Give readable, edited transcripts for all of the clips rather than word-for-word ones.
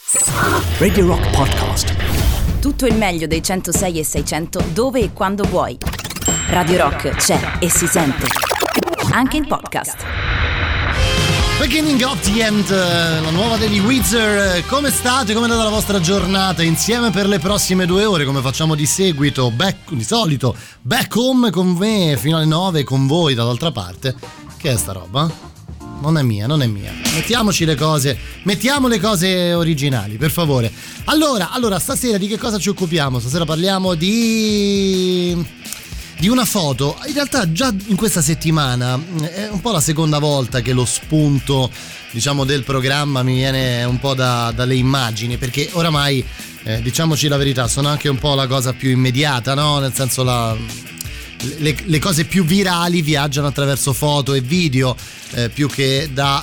Radio Rock Podcast. Tutto il meglio dei 106 e 600 dove e quando vuoi. Radio Rock c'è e si sente anche in podcast. Beginning of the End, la nuova degli Weezer. Come state? Come è andata la vostra giornata? Insieme per le prossime 2 ore, come facciamo di seguito, di solito, back home con me fino alle 9 con voi dall'altra parte. Che è sta roba? Non è mia. Mettiamo le cose originali, per favore. Allora, stasera di che cosa ci occupiamo? Stasera parliamo di una foto. In realtà già in questa settimana è un po' la seconda volta che lo spunto, diciamo, del programma mi viene un po' dalle immagini, perché oramai, diciamoci la verità, sono anche un po' la cosa più immediata, no? Nel senso le cose più virali viaggiano attraverso foto e video, più che da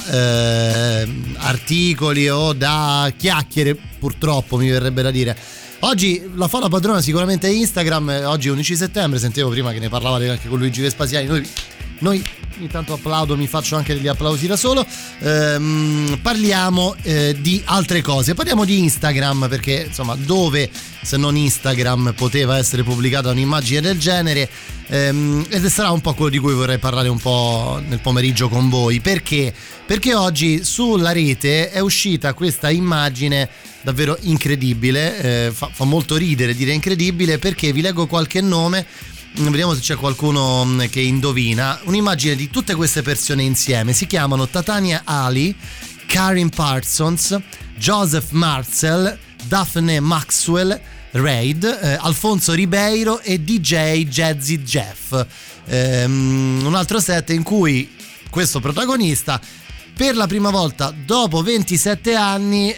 articoli o da chiacchiere, purtroppo mi verrebbe da dire. Oggi la fa la padrona sicuramente Instagram. Oggi è 11 settembre, sentivo prima che ne parlavate anche con Luigi Vespasiani. Noi ogni tanto applaudo, mi faccio anche degli applausi da solo. Parliamo di altre cose, parliamo di Instagram, perché insomma dove se non Instagram poteva essere pubblicata un'immagine del genere, ed sarà un po' quello di cui vorrei parlare un po' nel pomeriggio con voi. Perché oggi sulla rete è uscita questa immagine davvero incredibile, fa molto ridere dire incredibile, perché vi leggo qualche nome, vediamo se c'è qualcuno che indovina. Un'immagine di tutte queste persone insieme, si chiamano Titania Ali, Karen Parsons, Joseph Marcel, Daphne Maxwell Reid, Alfonso Ribeiro e DJ Jazzy Jeff. Un altro set in cui questo protagonista per la prima volta dopo 27 anni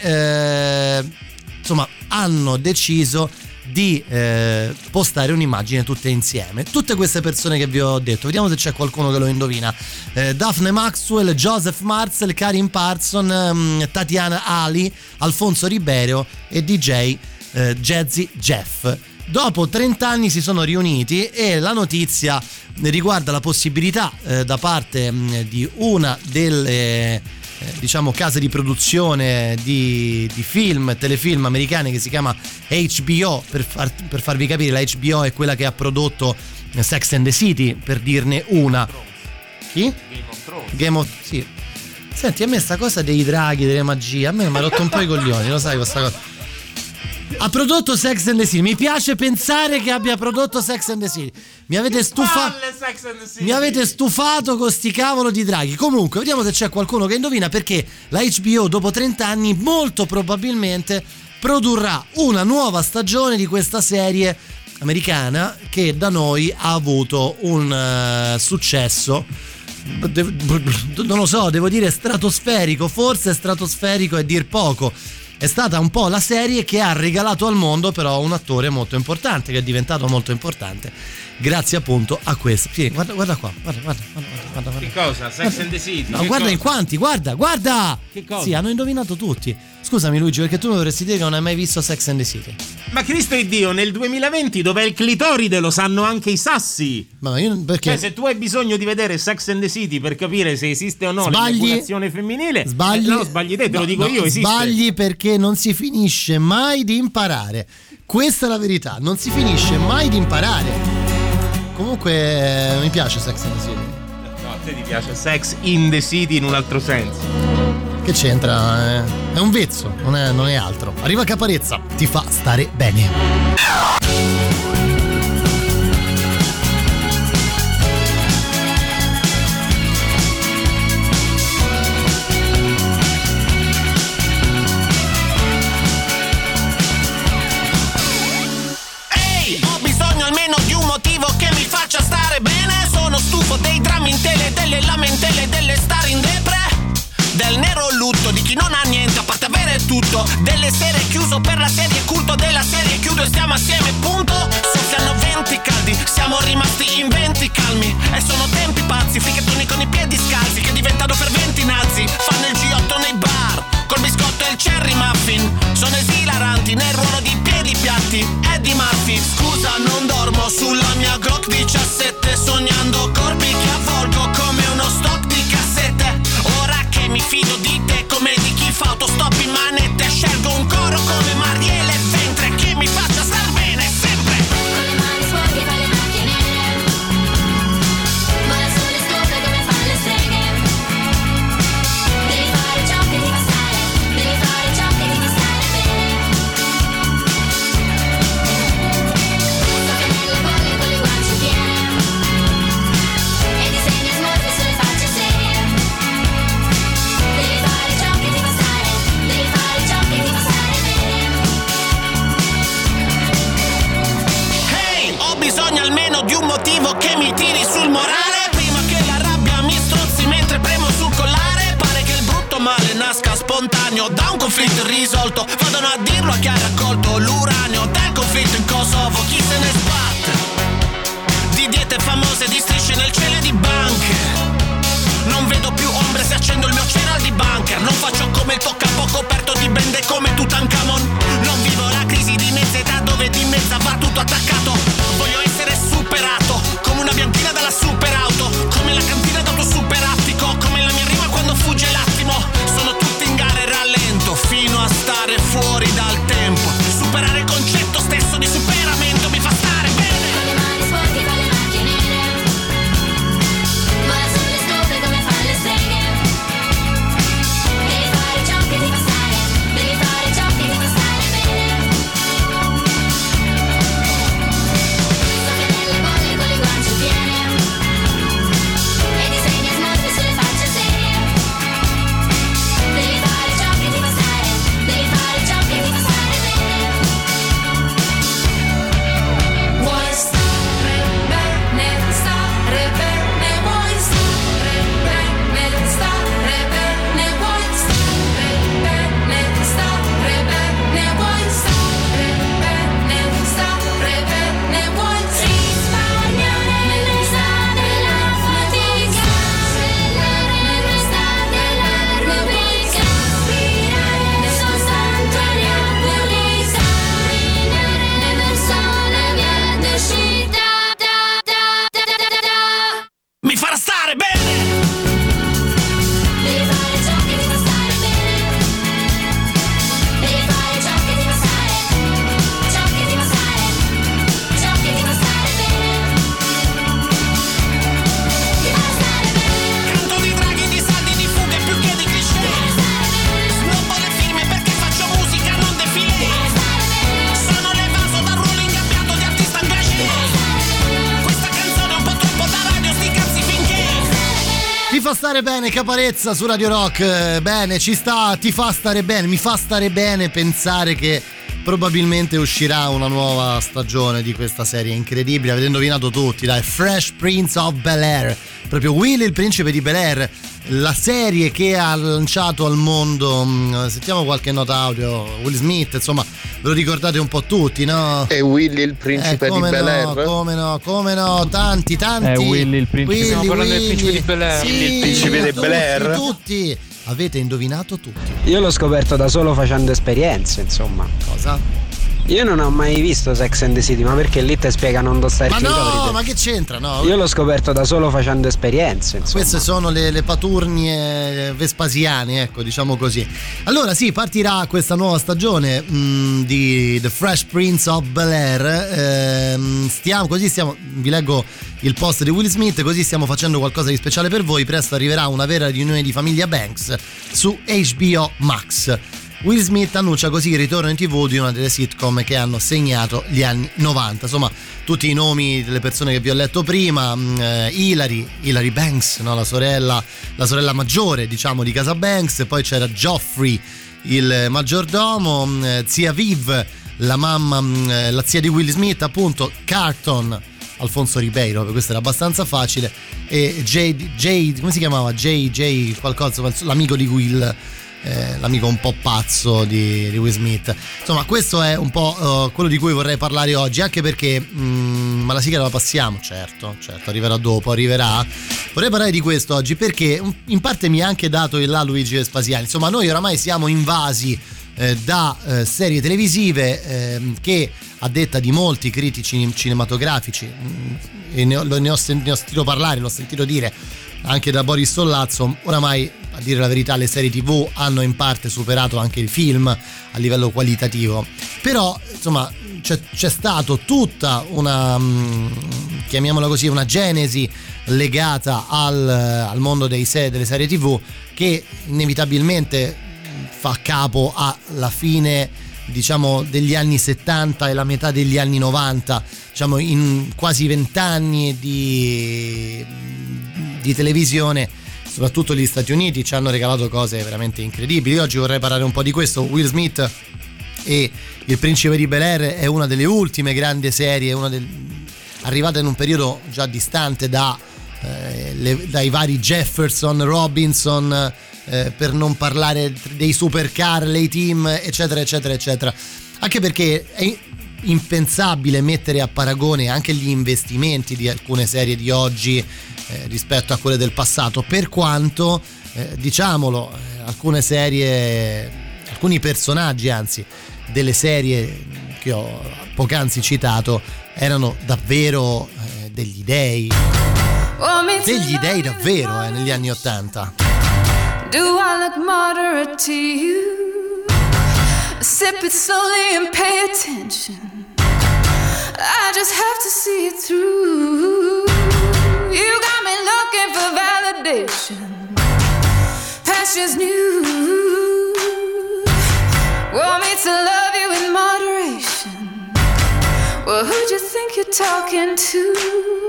insomma hanno deciso di postare un'immagine tutte insieme, tutte queste persone che vi ho detto. Vediamo se c'è qualcuno che lo indovina. Daphne Maxwell, Joseph Marcel, Karin Parson, Tatiana Ali, Alfonso Ribeiro e DJ Jazzy Jeff. Dopo 30 anni si sono riuniti e la notizia riguarda la possibilità da parte di una delle diciamo case di produzione di film, telefilm americane, che si chiama HBO. Per farvi capire, la HBO è quella che ha prodotto Sex and the City, per dirne una. Chi? Game of sì. Senti, a me sta cosa dei draghi, delle magie, a me mi ha rotto un po' i coglioni, lo sai questa cosa. Ha prodotto Sex and the City. Mi piace pensare che abbia prodotto Sex and the City. Mi avete stufato con sti cavolo di draghi. Comunque, vediamo se c'è qualcuno che indovina, perché la HBO dopo 30 anni molto probabilmente produrrà una nuova stagione di questa serie americana che da noi ha avuto un successo, non lo so, devo dire stratosferico. Forse stratosferico è dir poco. È stata un po' la serie che ha regalato al mondo però un attore molto importante, che è diventato molto importante grazie appunto a questo. Sì, guarda qua, guarda. Che cosa? Sex and the City? No, guarda cosa? In quanti, guarda! Che cosa? Sì, hanno indovinato tutti. Scusami Luigi, perché tu mi dovresti dire che non hai mai visto Sex and the City. Ma Cristo è Dio, nel 2020 dov'è il clitoride lo sanno anche i sassi. Ma io perché? Cioè, se tu hai bisogno di vedere Sex and the City per capire se esiste o no l'ejaculazione femminile, no, sbagli te, te lo dico io, esiste. Sbagli, perché non si finisce mai di imparare. Questa è la verità, non si finisce mai di imparare. Comunque mi piace Sex and the City. No, a te ti piace Sex in the City in un altro senso. Che c'entra? È un vezzo, non è altro. Arriva Caparezza, ti fa stare bene. Ho bisogno almeno di un motivo che mi faccia stare bene. Sono stufo dei drammi in tele, delle lamentele, delle star in depre, del nero lutto di chi non ha niente a parte avere tutto, delle serie chiuso per la serie, culto della serie chiudo e stiamo assieme, punto. Soffiano venti caldi, siamo rimasti in venti calmi, e sono tempi pazzi, fricchettoni con i piedi scalzi che diventano ferventi nazi, fanno il G8 nei bar col biscotto e il cherry muffin, sono esilaranti nel ruolo di piedi piatti Eddie Murphy. Scusa, non dormo sulla mia Glock 17, sognando corpi che avvolgo come uno stock di cassette. Ora che mi fido di te come di chi fa autostop in manette, scelgo un corpo di un motivo che mi tiri sul morale. Prima che la rabbia mi strozzi mentre premo sul collare. Pare che il brutto male nasca spontaneo da un conflitto irrisolto. Vadano a dirlo a chi ha raccolto l'uranio del conflitto in Kosovo. Chi se ne sbatte di diete famose, di strisce nel cielo e di banche. Non vedo più ombre se accendo il mio cereal di bunker. Non faccio come il toccapo coperto di bende come Tutankhamon. Non vivo la crisi di mezza età dove di mezza va tutto attaccato. Voglio essere superato come una bianchina dalla superauto, come la cantina d'auto superattico, come la mia rima quando fugge l'attimo. Sono tutti in gara e rallento fino a stare fuori dal tempo. Superare il concetto stesso di superamento mi fa stare bene. Con le mani sporche, con le macchie nere, vola sulle stufe come fanno le streghe. Devi fare ciò che ti fa stare, devi fare ciò che ti fa stare bene. Soffia nelle bolle con le guance piene e disegna smorfie sulle facce serie. Devi fare ciò che ti fa stare, devi fare ciò che ti fa stare bene. Vuoi stare bene, vuoi stare bene, vuoi stare bene, vuoi stare bene, vuoi risparmiare l'estate della fatica, l'estate della rubrica, respirare soltanto aria pulita, camminare verso la via d'uscita. Mi farà stare bene. Devi fare ciò che ti fa stare bene. Devi fare ciò che ti fa stare, ciò che ti fa stare, ciò che ti fa stare bene. Ti fa stare bene. Canto di draghi, di saldi, di fughe più che di cliché. Snobbo le firme perché faccio musica, non defilé. Sono l'evaso dal ruolo ingabbiato di artista engagé. Questa canzone è un po' troppo da radio, sti cazzi finché. Ti fa stare bene, Caparezza su Radio Rock. Bene, ci sta, ti fa stare bene. Mi fa stare bene pensare che probabilmente uscirà una nuova stagione di questa serie incredibile. Avete indovinato tutti, dai, Fresh Prince of Bel-Air. Proprio Will, il principe di Bel-Air, la serie che ha lanciato al mondo. Sentiamo qualche nota audio. Will Smith, insomma, ve lo ricordate un po' tutti, no? E Willy il principe di come Bel-Air? no, come no, tanti. Willy il principe. Stiamo parlando del principe di Bel-Air. Sì, Il principe di Bel-Air? Tutti. Avete indovinato tutti. Io l'ho scoperto da solo facendo esperienze, insomma. Cosa? Io non ho mai visto Sex and the City, ma perché lì ti spiegano non stare Ma in no, ma che c'entra? No. Io l'ho scoperto da solo facendo esperienze, insomma. Queste sono le paturnie vespasiane, ecco, diciamo così. Allora sì, partirà questa nuova stagione di The Fresh Prince of Bel-Air. Vi leggo il post di Will Smith, così stiamo facendo qualcosa di speciale per voi. Presto arriverà una vera riunione di famiglia Banks su HBO Max. Will Smith annuncia così il ritorno in TV di una delle sitcom che hanno segnato gli anni 90. Insomma, tutti i nomi delle persone che vi ho letto prima. Hilary Banks, no? la sorella maggiore, diciamo, di casa Banks. Poi c'era Geoffrey, il maggiordomo, zia Viv, la mamma, la zia di Will Smith, appunto, Carlton, Alfonso Ribeiro, questo era abbastanza facile, e Jay, come si chiamava? Jay qualcosa, l'amico di Will, l'amico un po' pazzo di Will Smith. Insomma, questo è un po' quello di cui vorrei parlare oggi, anche perché ma la sigla la passiamo, certo, arriverà dopo, vorrei parlare di questo oggi perché in parte mi ha anche dato il là Luigi Vespasiani. Insomma, noi oramai siamo invasi da serie televisive che, a detta di molti critici cinematografici, e ne ho sentito parlare, l'ho sentito dire anche da Boris Sollazzo, oramai, a dire la verità, le serie TV hanno in parte superato anche il film a livello qualitativo. Però insomma c'è stato tutta una, chiamiamola così, una genesi legata al mondo delle serie TV, che inevitabilmente fa capo alla fine, diciamo, degli anni 70 e la metà degli anni 90, diciamo, in quasi 20 anni di televisione. Soprattutto gli Stati Uniti ci hanno regalato cose veramente incredibili. Io oggi vorrei parlare un po' di questo. Will Smith e Il Principe di Bel-Air è una delle ultime grandi serie, arrivata in un periodo già distante dai vari Jefferson, Robinson, per non parlare dei supercar, lei team, eccetera eccetera eccetera, anche perché è impensabile mettere a paragone anche gli investimenti di alcune serie di oggi rispetto a quelle del passato, per quanto diciamolo, alcune serie, alcuni personaggi anzi delle serie che ho poc'anzi citato erano davvero degli dei davvero negli anni '80. Do I look moderate to you? Sip it slowly and pay attention. I just have to see it through. You got me looking for validation. Passion's new. Want me to love you in moderation. Well, who'd you think you're talking to?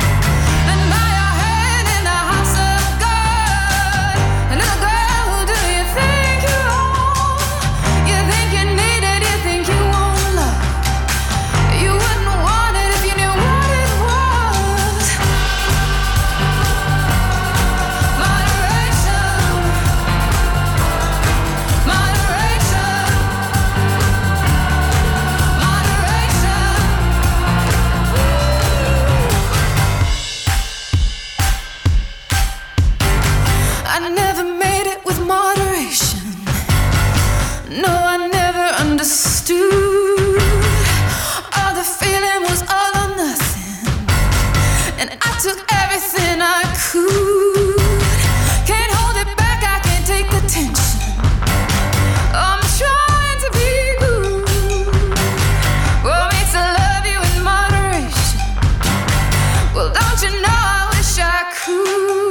Took everything I could. Can't hold it back, I can't take the tension. I'm trying to be good. Want me to love you in moderation. Well, don't you know I wish I could.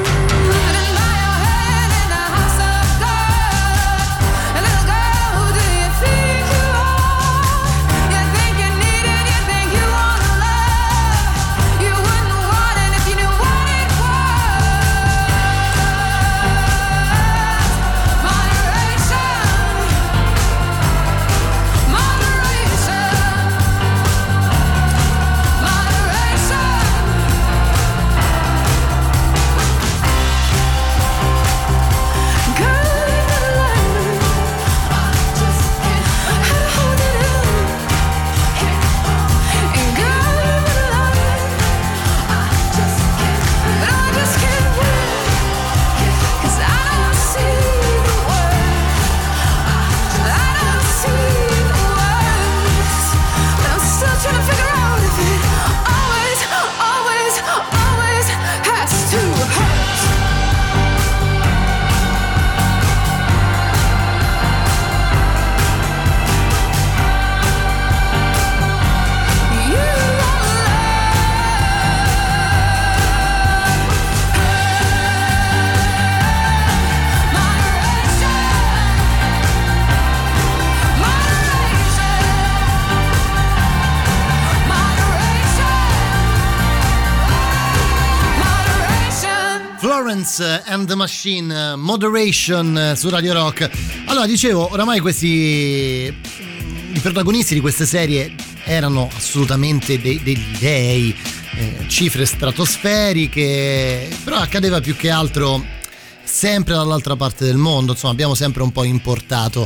Florence and the Machine, Moderation, su Radio Rock. Allora, dicevo, oramai i protagonisti di queste serie erano assolutamente degli dei, cifre stratosferiche, però accadeva più che altro sempre dall'altra parte del mondo. Insomma, abbiamo sempre un po' importato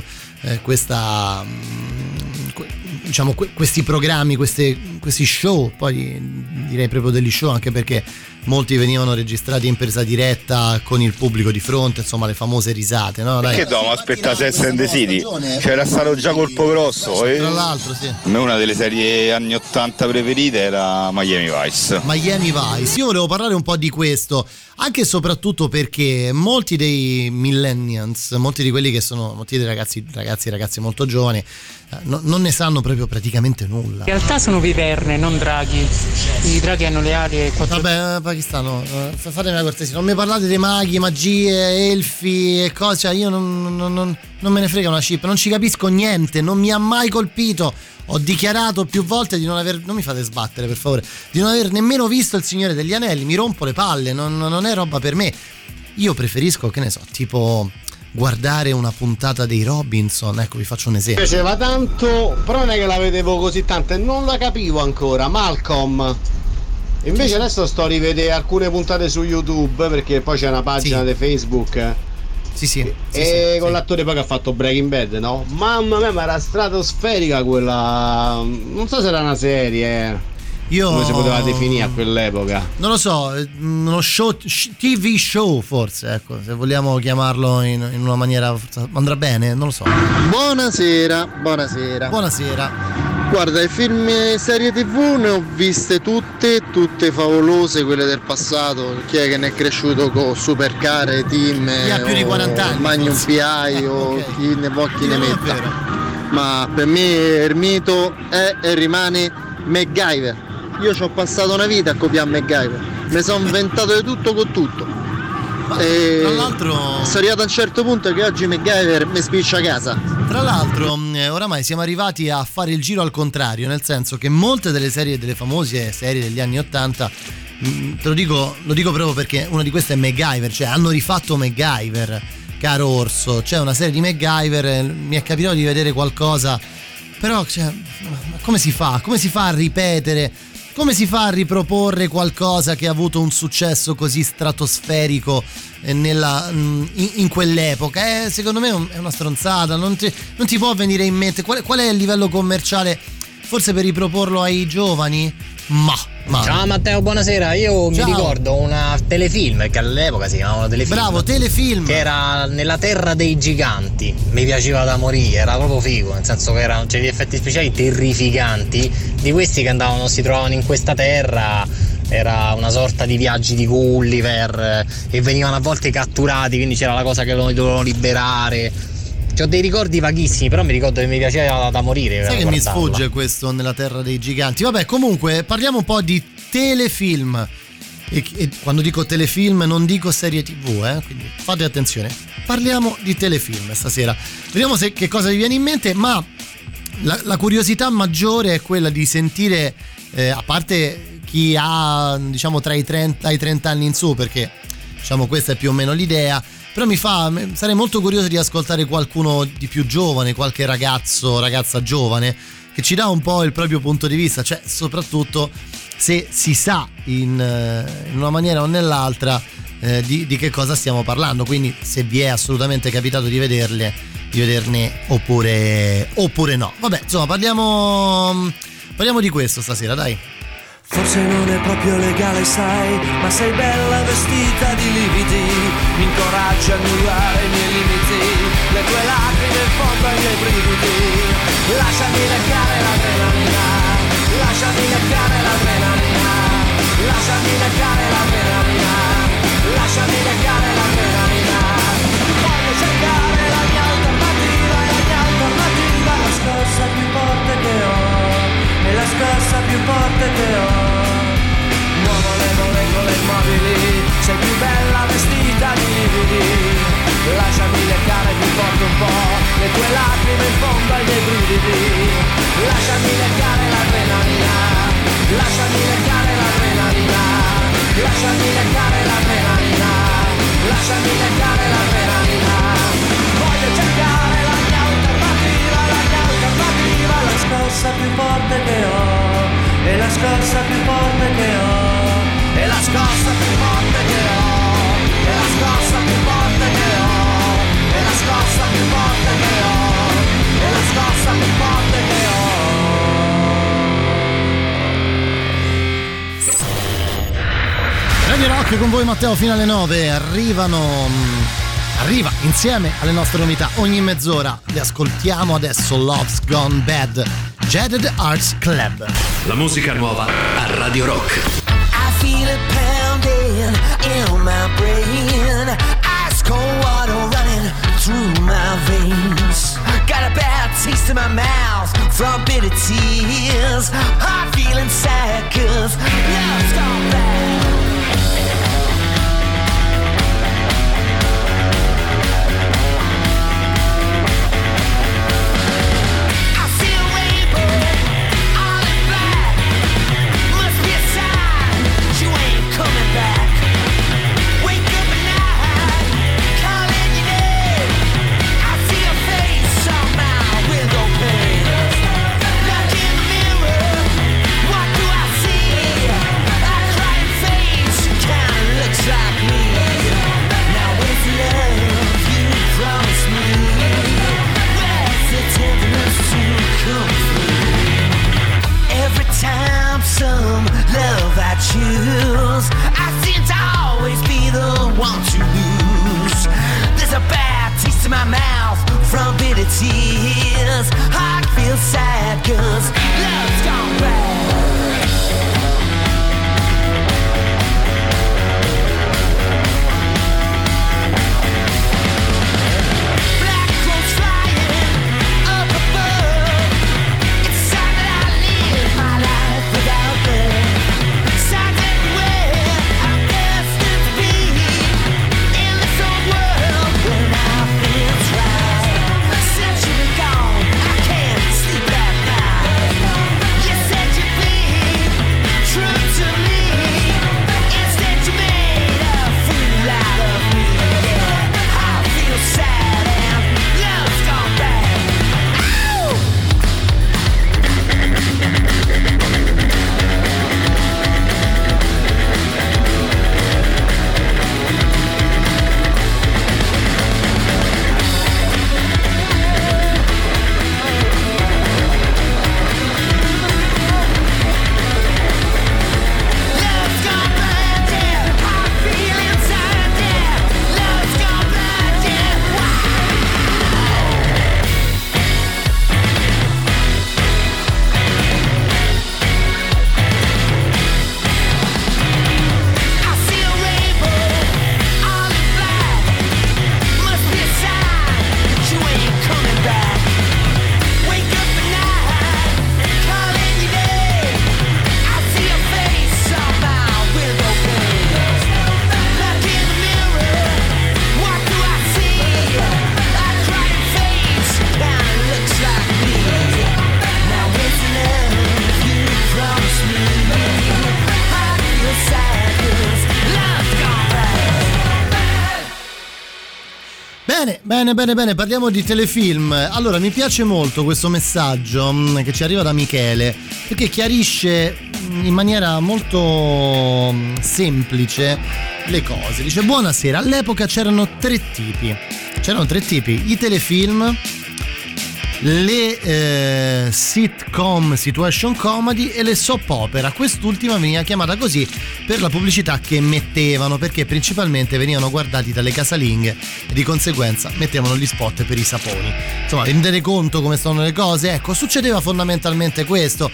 questi programmi, questi show, poi direi proprio degli show, anche perché molti venivano registrati in presa diretta con il pubblico di fronte, insomma le famose risate, no? Dai. Perché dovevamo aspettare Sex and the City? C'era stato già Colpo Grosso. Tra l'altro, sì. A me una delle serie anni 80 preferite era Miami Vice. Miami Vice. Io volevo parlare un po' di questo, anche e soprattutto perché molti dei millennials, molti di quelli che sono, molti dei ragazzi molto giovani, non ne sanno proprio praticamente nulla. In realtà sono viverne, non draghi. I draghi hanno le ali e quattro... Vabbè, pakistano, fatemi una cortesia, non mi parlate dei maghi, magie, elfi e cose, cioè io non me ne frega una chip, non ci capisco niente, non mi ha mai colpito. Ho dichiarato più volte di non mi fate sbattere per favore, di non aver nemmeno visto Il Signore degli Anelli, mi rompo le palle, non è roba per me. Io preferisco, che ne so, tipo guardare una puntata dei Robinson. Ecco, vi faccio un esempio. Mi piaceva tanto, però non è che la vedevo così tanto e non la capivo ancora. Malcolm. Invece adesso sto a rivedere alcune puntate su YouTube, perché poi c'è una pagina di Facebook. E con l'attore poi che ha fatto Breaking Bad, no? Mamma mia, ma era stratosferica quella. Non so se era una serie. Come si poteva definire a quell'epoca? Non lo so, uno show, TV show forse, ecco, se vogliamo chiamarlo in una maniera, andrà bene, non lo so. Buonasera. Guarda, i film e serie TV ne ho viste tutte favolose, quelle del passato. Chi è che ne è cresciuto con Supercar, Team, ha più di 40 anni, Magnum PI o chi ne può chi ne metta. Ma per me il mito è e rimane MacGyver. Io ci ho passato una vita a copiare MacGyver, mi sono inventato di tutto con tutto. E tra l'altro sono arrivato a un certo punto che oggi MacGyver mi spiccia a casa. Tra l'altro oramai siamo arrivati a fare il giro al contrario, nel senso che molte delle famose serie degli anni 80, lo dico proprio perché una di queste è MacGyver, cioè hanno rifatto MacGyver, caro Orso, c'è una serie di MacGyver, mi è capitato di vedere qualcosa, però cioè, come si fa a ripetere? Come si fa a riproporre qualcosa che ha avuto un successo così stratosferico in quell'epoca? Secondo me è una stronzata, non ti può venire in mente qual è il livello commerciale forse per riproporlo ai giovani? Ma ciao Matteo, buonasera. Io mi ricordo una telefilm che all'epoca si chiamavano telefilm. Bravo, telefilm. Che era Nella terra dei giganti. Mi piaceva da morire, era proprio figo, nel senso che erano gli effetti speciali terrificanti di questi che si trovavano in questa terra. Era una sorta di viaggi di Gulliver e venivano a volte catturati, quindi c'era la cosa che lo dovevano liberare. C'ho dei ricordi vaghissimi, però mi ricordo che mi piaceva da morire. Sai che mi sfugge questo Nella terra dei giganti? Vabbè, comunque parliamo un po' di telefilm. E quando dico telefilm non dico serie TV, quindi fate attenzione. Parliamo di telefilm stasera. Vediamo che cosa vi viene in mente, ma la curiosità maggiore è quella di sentire, a parte chi ha diciamo tra i 30 e i 30 anni in su, perché diciamo questa è più o meno l'idea. Però sarei molto curioso di ascoltare qualcuno di più giovane, qualche ragazza giovane, che ci dà un po' il proprio punto di vista, cioè soprattutto se si sa in una maniera o nell'altra di che cosa stiamo parlando, quindi se vi è assolutamente capitato di vederne oppure no. Vabbè, insomma, parliamo di questo stasera, dai. Forse non è proprio legale, sai, ma sei bella vestita di lividi, mi incoraggi a annullare i miei limiti, le tue lacrime in fondo ai miei brividi, lasciami leccare l'adrenalina, lasciami leccare l'adrenalina, lasciami leccare l'adrenalina, lasciami leccare l'adrenalina, voglio cercare la mia alternativa, la scossa più forte che ho, è la scossa più forte che ho. Muovo le molecole immobili, sei più bella vestita di lividi, lasciami leccare più forte un po' le tue lacrime in fondo ai miei brividi, lasciami leccare l'adrenalina, lasciami leccare l'adrenalina, lasciami leccare l'adrenalina, lasciami leccare l'adrenalina, voglio cercare la mia alternativa, la scossa più forte che ho, è la scossa più forte che ho, è la scossa più forte che ho, è la scossa più forte che ho, è la scossa più forte che ho, è la scossa più forte che ho. Radio Rock con voi Matteo fino alle 9, arriva insieme alle nostre novità ogni mezz'ora. Le ascoltiamo adesso. Love's Gone Bad, Jaded Arts Club. La musica nuova a Radio Rock. I feel it pounding in my brain, ice cold water running through my veins. Got a bad taste in my mouth from bitter tears. I'm feeling sad 'cause love's gone bad. Coming back, wake up at night, calling your name. Bene, parliamo di telefilm. Allora, mi piace molto questo messaggio che ci arriva da Michele, perché chiarisce in maniera molto semplice le cose. Dice: buonasera, all'epoca c'erano tre tipi, i telefilm, le sitcom, situation comedy e le soap opera. Quest'ultima veniva chiamata così per la pubblicità che mettevano, perché principalmente venivano guardati dalle casalinghe e di conseguenza mettevano gli spot per i saponi. Insomma, rendete conto come sono le cose? Ecco, succedeva fondamentalmente questo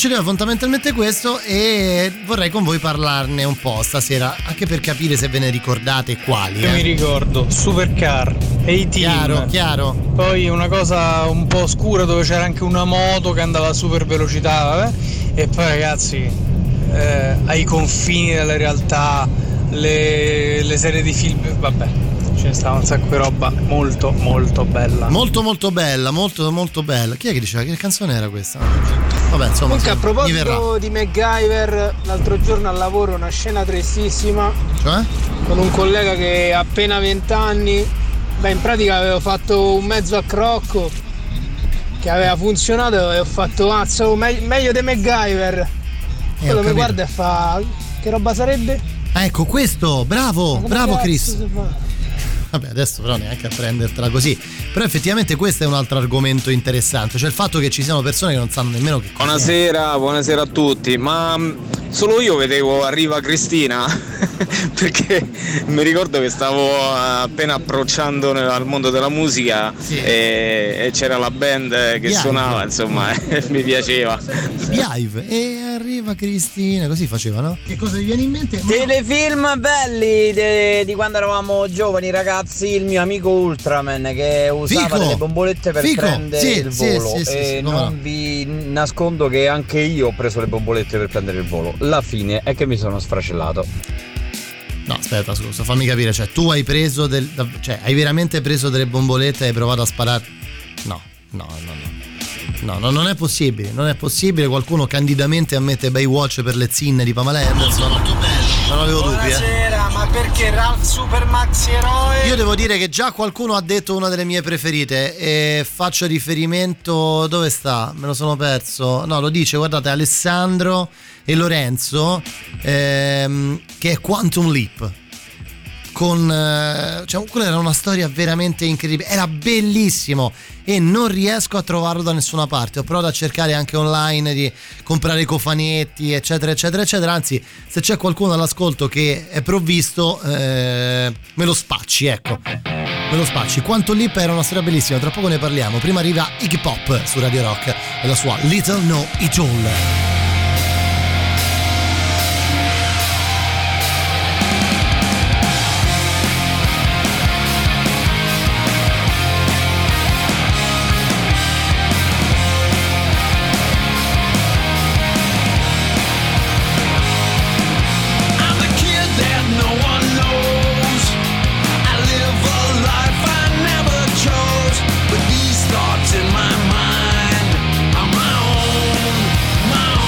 e vorrei con voi parlarne un po' stasera, anche per capire se ve ne ricordate quali. Io mi ricordo Supercar, A-Team. Chiaro. Poi una cosa un po' oscura dove c'era anche una moto che andava a super velocità, vabbè. E poi ragazzi, ai confini della realtà, le serie di film, vabbè, ce ne stava un sacco di roba molto bella. Molto bella. Chi è che diceva? Che canzone era questa? Vabbè, insomma. Comunque, a proposito di MacGyver, l'altro giorno al lavoro una scena tristissima. Cioè? Con un collega che ha appena 20 anni. Beh, in pratica avevo fatto un mezzo accrocco che aveva funzionato e ho fatto meglio di MacGyver. Quello mi guarda e fa: che roba sarebbe? Ecco, questo, bravo Chris. Vabbè, adesso però neanche a prendertela così. Però effettivamente questo è un altro argomento interessante, cioè il fatto che ci siano persone che non sanno nemmeno che cosa. Buonasera a tutti. Ma solo io vedevo Arriva Cristina perché mi ricordo che stavo appena approcciando al mondo della musica, sì. e c'era la band che suonava, insomma, mi piaceva. Live e Arriva Cristina, così faceva, no? Che cosa vi viene in mente? Telefilm belli di quando eravamo giovani ragazzi, il mio amico Ultraman che usava delle bombolette per prendere il volo, non vi nascondo che anche io ho preso le bombolette per prendere il volo. La fine è che mi sono sfracellato. No, aspetta, scusa, fammi capire, cioè tu hai preso hai veramente preso delle bombolette e hai provato a sparare? No, non è possibile, qualcuno candidamente ammette Baywatch per le zinne di Pamela Anderson. Non avevo dubbi. Buonasera, ma perché Ralph Super Maxi Eroe? Io devo dire che già qualcuno ha detto una delle mie preferite e faccio riferimento, dove sta? Me lo sono perso. No, lo dice, guardate, Alessandro e Lorenzo, che è Quantum Leap. Quella era una storia veramente incredibile, era bellissimo e non riesco a trovarlo da nessuna parte. Ho provato a cercare anche online di comprare i cofanetti, eccetera, anzi, se c'è qualcuno all'ascolto che è provvisto, me lo spacci. Quantum Leap era una storia bellissima, tra poco ne parliamo. Prima arriva Iggy Pop su Radio Rock e la sua Little Know It All. In my mind, on my own.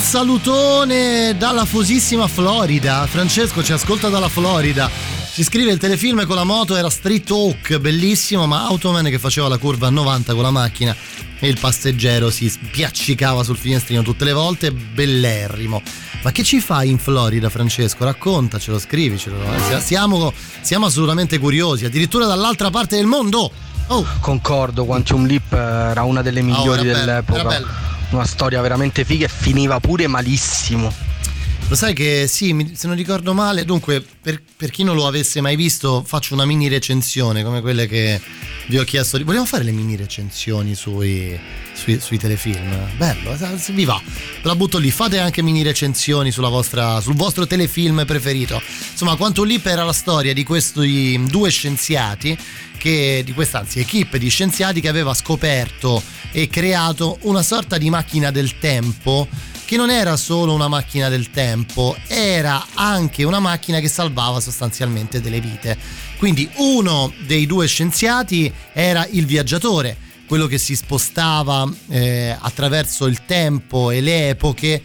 salutone dalla famosissima Florida. Francesco ci ascolta dalla Florida. Ci scrive: il telefilm con la moto era Street Hawk, bellissimo, ma Automan che faceva la curva a 90 con la macchina e il passeggero si spiaccicava sul finestrino tutte le volte, bellerrimo. Ma che ci fai in Florida, Francesco? Raccontacelo, scrivicelo. Siamo assolutamente curiosi, addirittura dall'altra parte del mondo. Oh. Concordo, Quantum Leap era una delle migliori dell'epoca. Una storia veramente figa e finiva pure malissimo. Lo sai che sì, se non ricordo male, dunque per chi non lo avesse mai visto faccio una mini recensione come quelle che vi ho chiesto. Vogliamo fare le mini recensioni sui telefilm? Bello, se vi va, ve la butto lì. Fate anche mini recensioni sul vostro telefilm preferito. Insomma, Quantum Leap era la storia di questi due scienziati di questa equipe di scienziati che aveva scoperto e creato una sorta di macchina del tempo, che non era solo una macchina del tempo, era anche una macchina che salvava sostanzialmente delle vite. Quindi uno dei due scienziati era il viaggiatore, quello che si spostava attraverso il tempo e le epoche,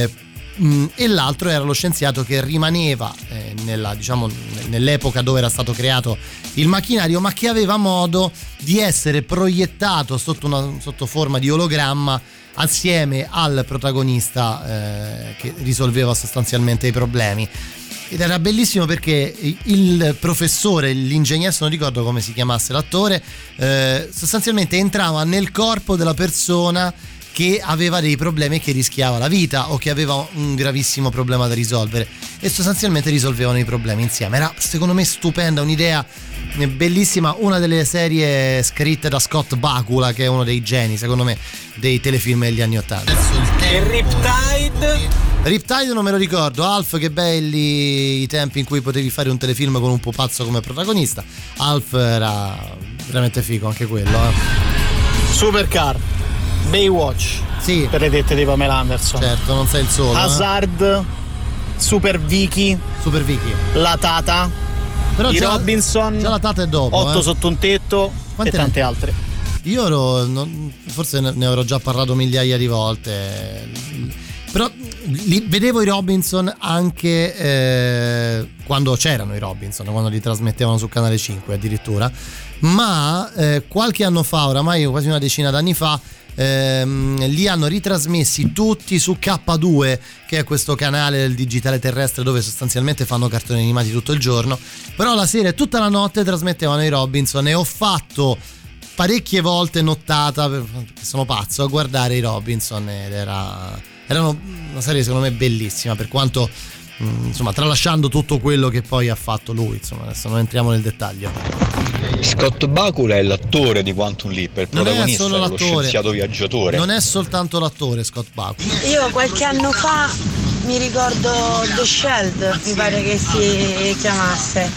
e l'altro era lo scienziato che rimaneva nell'epoca dove era stato creato il macchinario, ma che aveva modo di essere proiettato sotto forma di ologramma assieme al protagonista che risolveva sostanzialmente i problemi. Ed era bellissimo perché il professore, l'ingegnere, non ricordo come si chiamasse l'attore, sostanzialmente entrava nel corpo della persona che aveva dei problemi e che rischiava la vita o che aveva un gravissimo problema da risolvere, e sostanzialmente risolvevano i problemi insieme. Era secondo me stupenda, un'idea bellissima, una delle serie scritte da Scott Bakula, che è uno dei geni secondo me dei telefilm degli anni '80. E Riptide non me lo ricordo. Alf, che belli i tempi in cui potevi fare un telefilm con un pupazzo come protagonista. Alf era veramente figo anche quello. Supercar, Baywatch, sì, per le dette di Pamela Anderson. Certo, non sei il solo. Hazard, Super Vicky, La Tata, però i Robinson, già la Tata è dopo. 8 sotto un tetto. Quante e tante altre. Io forse ne avrò già parlato migliaia di volte, però vedevo i Robinson anche quando c'erano i Robinson, quando li trasmettevano su Canale 5 addirittura, ma qualche anno fa, oramai quasi una decina d'anni fa, li hanno ritrasmessi tutti su K2, che è questo canale del digitale terrestre dove sostanzialmente fanno cartoni animati tutto il giorno, però la sera e tutta la notte trasmettevano i Robinson, e ho fatto parecchie volte nottata, perché sono pazzo, a guardare i Robinson, ed erano una serie secondo me bellissima, per quanto insomma tralasciando tutto quello che poi ha fatto lui, insomma adesso non entriamo nel dettaglio. Scott Bakula è l'attore di Quantum Leap, il protagonista è lo scienziato viaggiatore. Non è soltanto l'attore Scott Bakula. Io qualche anno fa mi ricordo The Shield, mi pare che si chiamasse,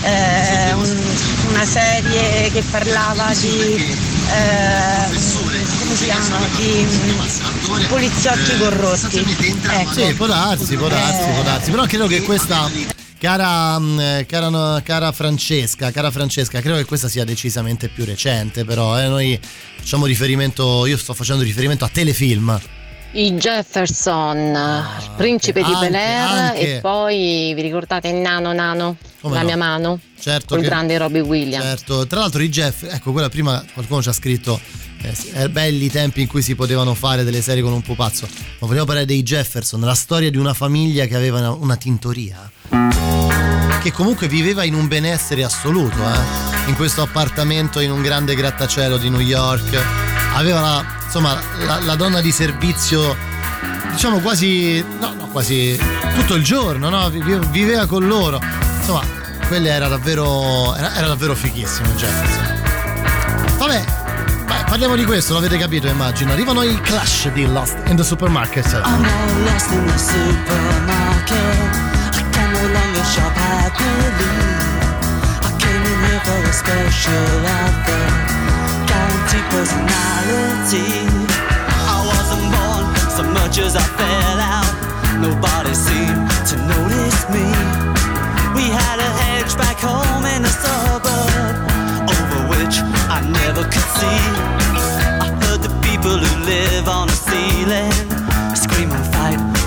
una serie che parlava di come si chiamano, di poliziotti corrotti, ecco. Sì, può darsi, però credo che questa cara Francesca, credo che questa sia decisamente più recente, però noi facciamo riferimento, io sto facendo riferimento a telefilm. I Jefferson, Principe di Bel-Air, e poi vi ricordate Nano? Come la no? mia mano? Certo, col grande Robbie Williams. Certo, tra l'altro i ecco, quella prima qualcuno ci ha scritto belli i tempi in cui si potevano fare delle serie con un pupazzo, ma vogliamo parlare dei Jefferson, la storia di una famiglia che aveva una tintoria, che comunque viveva in un benessere assoluto, in questo appartamento in un grande grattacielo di New York. Aveva la donna di servizio, diciamo quasi tutto il giorno, no? Viveva con loro, insomma, quelle era davvero fighissimo Jefferson. Vabbè, parliamo di questo, l'avete capito immagino. Arrivano i Clash di Lost in the Supermarket. I'm all lost in the supermarket. I can no longer shop happily. I came in here for a special offer, guaranteed personality. I wasn't born so much as I fell out. Nobody seemed to notice me. We had a hedge back home in the suburb, over which I never could see. I heard the people who live on the ceiling scream and fight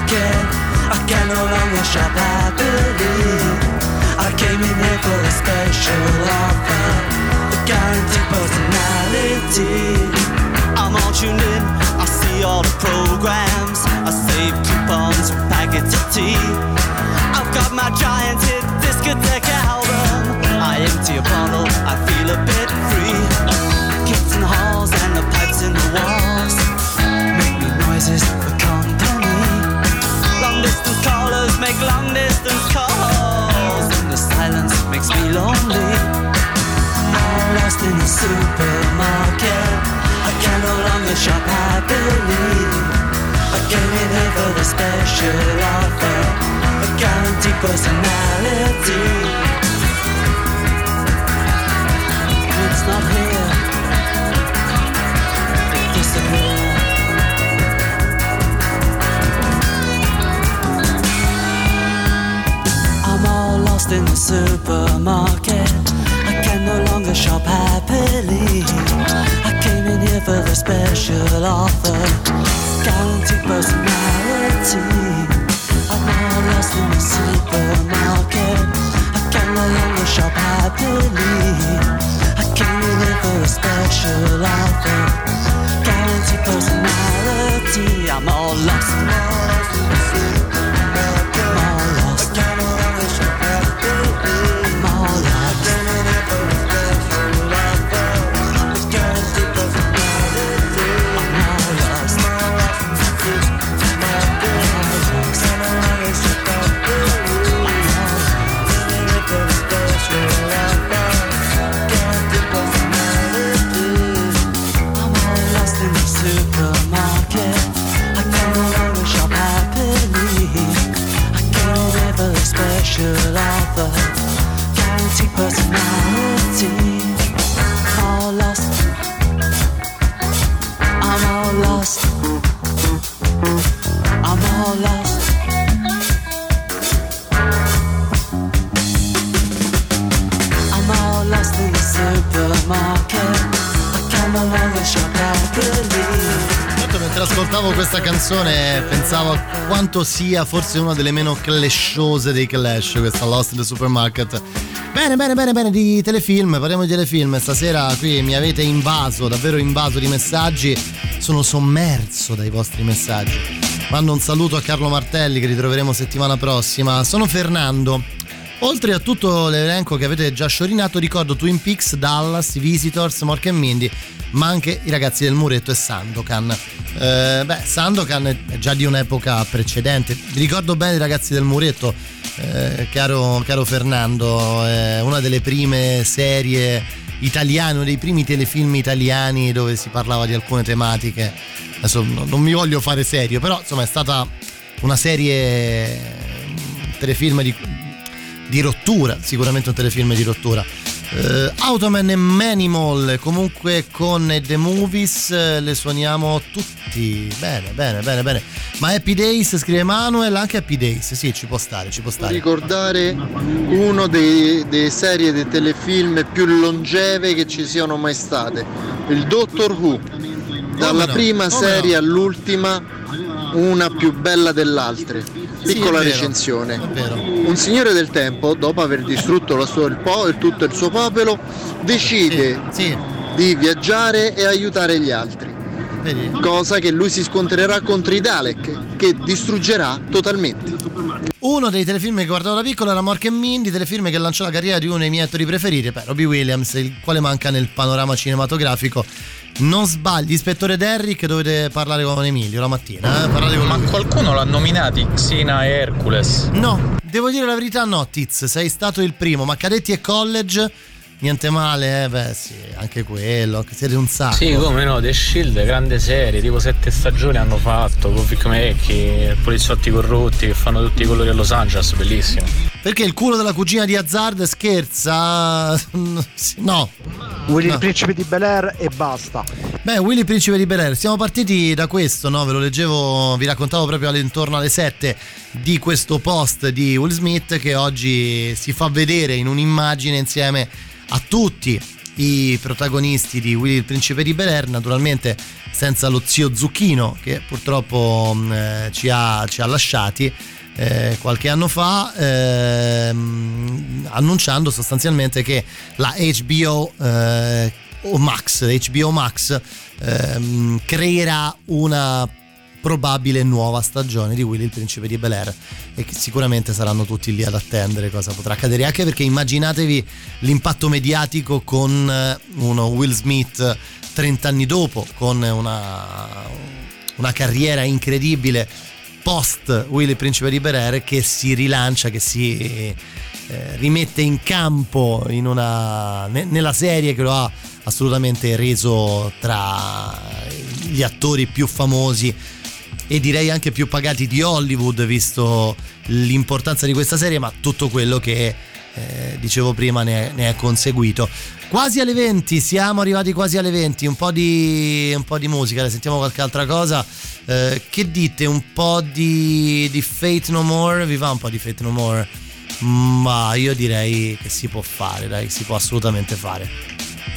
supermarket. I can no longer shop happily. I came in here for a special offer, a guaranteed personality. I'm all tuned in, I see all the programs, I save coupons for packets of tea. I've got my giant hit discotheque album, I empty a bottle, I feel a bit free. Kids in the halls and the pipes in the walls make me noises for company. Long distance callers make long distance calls, and the silence makes me lonely. I'm lost in the supermarket, I can no longer shop happily. I came in here for the special offer, a guaranteed personality. It's not here, it disappeared. I'm all lost in the supermarket, I can no longer shop happily. I came in here for the special offer, guaranteed personality. I'm all lost in the supermarket, I can no longer shop happily. I came in here for a special offer, guaranteed personality. I'm all lost in the supermarket, I'm all lost. I can no longer shop happily. I'm all lost. Special offer, guaranteed personality. I'm all lost, I'm all lost, I'm all lost. I'm all lost in the supermarket, I can no longer shop happily. Mentre ascoltavo questa canzone pensavo a quanto sia forse una delle meno clashiose dei Clash, questa Lost in the Supermarket. Bene, di telefilm, parliamo di telefilm. Stasera qui mi avete invaso, davvero invaso di messaggi, sono sommerso dai vostri messaggi. Mando un saluto a Carlo Martelli che ritroveremo settimana prossima. Sono Fernando. Oltre a tutto l'elenco che avete già sciorinato, ricordo Twin Peaks, Dallas, Visitors, Mork & Mindy, ma anche I ragazzi del muretto e Sandokan. Sandokan è già di un'epoca precedente. Vi ricordo bene I ragazzi del muretto, caro Fernando, è una delle prime serie italiane, uno dei primi telefilm italiani dove si parlava di alcune tematiche. Adesso non mi voglio fare serio, però insomma è stata una serie, telefilm di rottura, sicuramente un telefilm di rottura. Automan e Manimal, comunque con The Movies le suoniamo tutti. Bene. Ma Happy Days, scrive Manuel, anche Happy Days, sì, ci può stare. Ricordare uno dei serie dei telefilm più longeve che ci siano mai state, il Doctor Who, dalla prima serie all'ultima, una più bella dell'altra. Piccola recensione. Un signore del tempo, dopo aver distrutto tutto il suo popolo, decide di viaggiare e aiutare gli altri. Cosa che lui si scontrerà contro i Dalek, che distruggerà totalmente. Uno dei telefilm che guardavo da piccolo era Mork & Mindy, telefilm che lanciò la carriera di uno dei miei attori preferiti, Robbie Williams, il quale manca nel panorama cinematografico. Non sbagli, Ispettore Derrick, dovete parlare con Emilio la mattina. Ma qualcuno l'ha nominati Xena e Hercules? No, devo dire la verità, no, Tiz, sei stato il primo, ma Cadetti e College, niente male, sì, anche quello, siete un sacco. Sì, come no, The Shield, grande serie, tipo 7 stagioni hanno fatto, con Vic Mackey, poliziotti corrotti che fanno tutti i colori a Los Angeles, bellissimo. Perché il culo della cugina di Hazard scherza? No. Willy il Principe di Bel-Air e basta. Willy il Principe di Bel-Air, siamo partiti da questo, no? Ve lo leggevo, vi raccontavo proprio intorno alle 7 di questo post di Will Smith che oggi si fa vedere in un'immagine insieme a tutti i protagonisti di Willy il Principe di Bel-Air, naturalmente senza lo zio Zucchino che purtroppo ci ha lasciati qualche anno fa, annunciando sostanzialmente che la HBO Max creerà una probabile nuova stagione di Willy il Principe di Bel-Air, e che sicuramente saranno tutti lì ad attendere cosa potrà accadere, anche perché immaginatevi l'impatto mediatico con uno Will Smith 30 anni dopo, con una carriera incredibile post Willy il Principe di Bel-Air, che si rilancia, che si rimette in campo nella serie che lo ha assolutamente reso tra gli attori più famosi e direi anche più pagati di Hollywood, visto l'importanza di questa serie, ma tutto quello che dicevo prima ne è conseguito. Quasi alle 20, siamo arrivati quasi alle 20, un po' di musica, sentiamo qualche altra cosa. Che dite? Un po' di Faith No More? Vi va un po' di Faith No More? Ma io direi che si può fare, dai, si può assolutamente fare.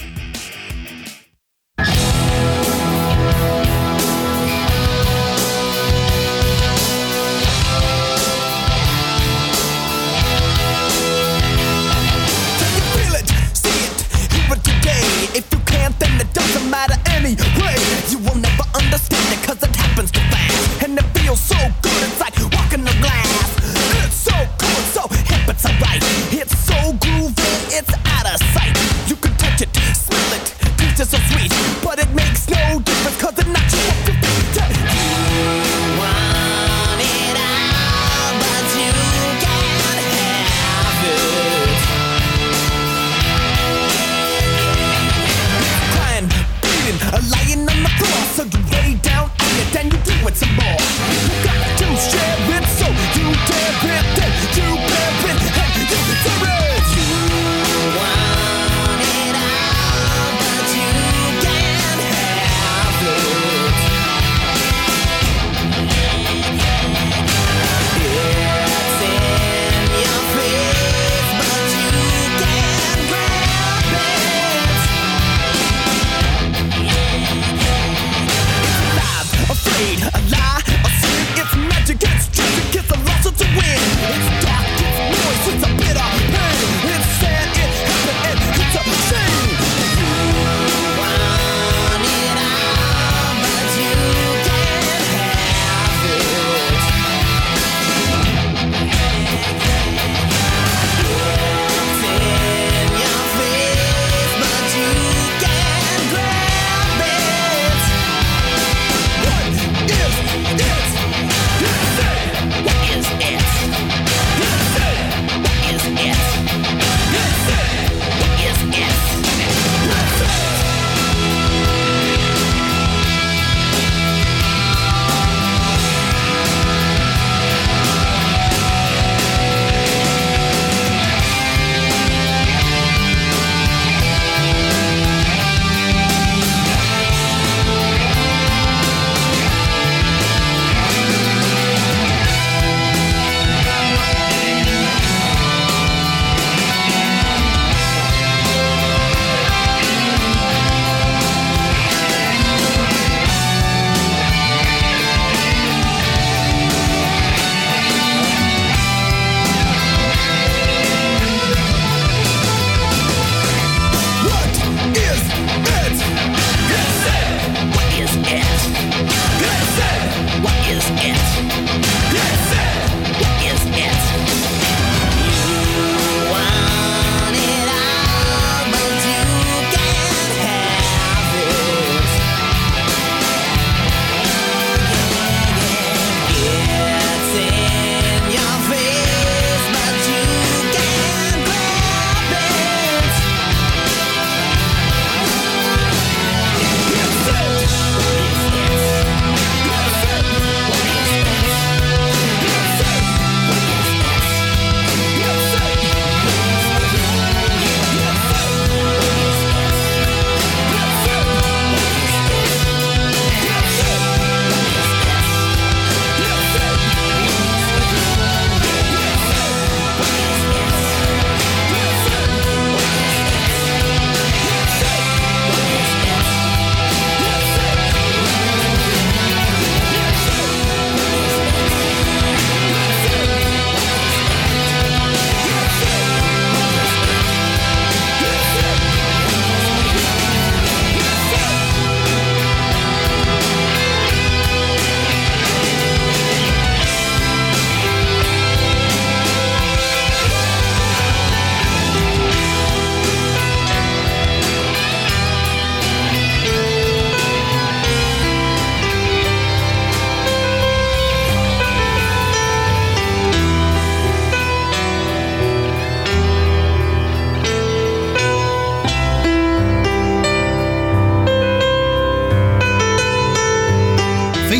Anyway, you will never understand it, cause it happens too fast. And it feels so good, it's like walking the glass. It's so cool, it's so hip, it's alright. It's so groovy, it's out of sight. You can touch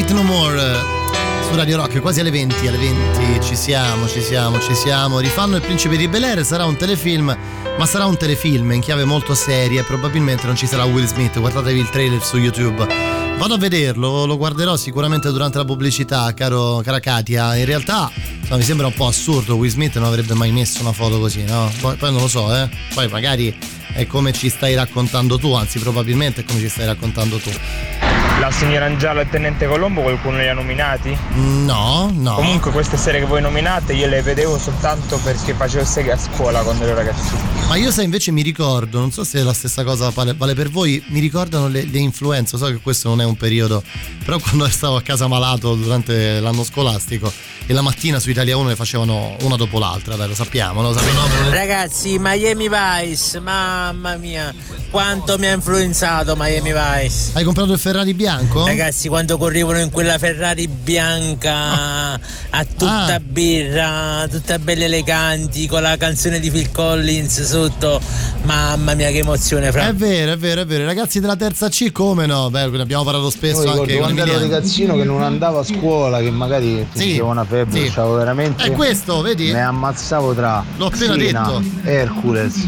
Fight No More su Radio Rock, quasi alle 20 ci siamo. Rifanno Il Principe di Bel-Air, sarà un telefilm, ma sarà un telefilm in chiave molto seria e probabilmente non ci sarà Will Smith. Guardatevi il trailer su YouTube. Vado a vederlo, lo guarderò sicuramente durante la pubblicità, cara Katia. In realtà mi sembra un po' assurdo, Will Smith non avrebbe mai messo una foto così, no? Poi non lo so, poi magari è come ci stai raccontando tu, anzi probabilmente è come ci stai raccontando tu. La signora Angiallo e il tenente Colombo qualcuno li ha nominati? No. Comunque queste serie che voi nominate io le vedevo soltanto perché facevo seghe a scuola quando ero ragazzino. Ma io sai invece mi ricordo, non so se la stessa cosa vale per voi, mi ricordano le influenze, so che questo non è un periodo, però quando stavo a casa malato durante l'anno scolastico e la mattina su Italia 1 le facevano una dopo l'altra, dai, lo sappiamo, no? Ragazzi, Miami Vice, mamma mia, quanto mi ha influenzato Miami Vice. Hai comprato il Ferrari bianco? Ragazzi, quando correvano in quella Ferrari bianca a tutta birra, tutta belle eleganti, con la canzone di Phil Collins sotto, mamma mia che emozione, fra. È vero, ragazzi della terza C, come no? Beh, ne abbiamo parlato spesso anche quando ero ragazzino che non andavo a scuola, che magari facevo una febbre, stavo veramente. È questo, vedi? Ne ammazzavo tra l'ho appena detto. Hercules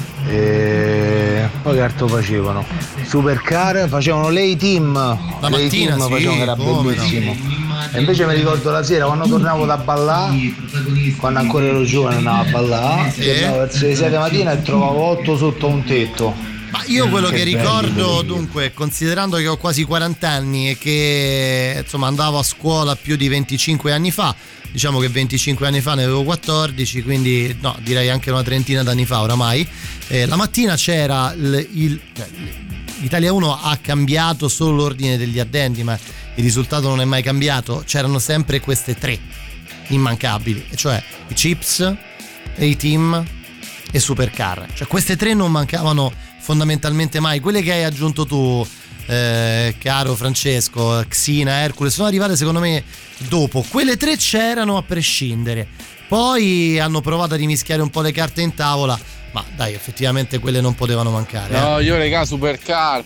e poi che altro facevano? Supercar, facevano l'A-Team. La mattina facevano, che era bellissimo. E invece mi ricordo la sera quando tornavo da ballare, quando ancora ero giovane andavo a ballare, tornavo verso le 7 mattina e trovavo 8 sotto un tetto. Ma io quello che ricordo, dunque, considerando che ho quasi 40 anni e che insomma andavo a scuola più di 25 anni fa, diciamo che 25 anni fa ne avevo 14, quindi no, direi anche una trentina d'anni fa oramai, la mattina c'era Italia 1 ha cambiato solo l'ordine degli addendi, ma il risultato non è mai cambiato. C'erano sempre queste tre immancabili, cioè i Chips, A-Team e Supercar. Cioè queste tre non mancavano fondamentalmente mai. Quelle che hai aggiunto tu, caro Francesco, Xina, Hercules, sono arrivate secondo me dopo. Quelle tre c'erano a prescindere. Poi hanno provato a rimischiare un po' le carte in tavola, ma dai, effettivamente quelle non potevano mancare. No, io regà, Supercar.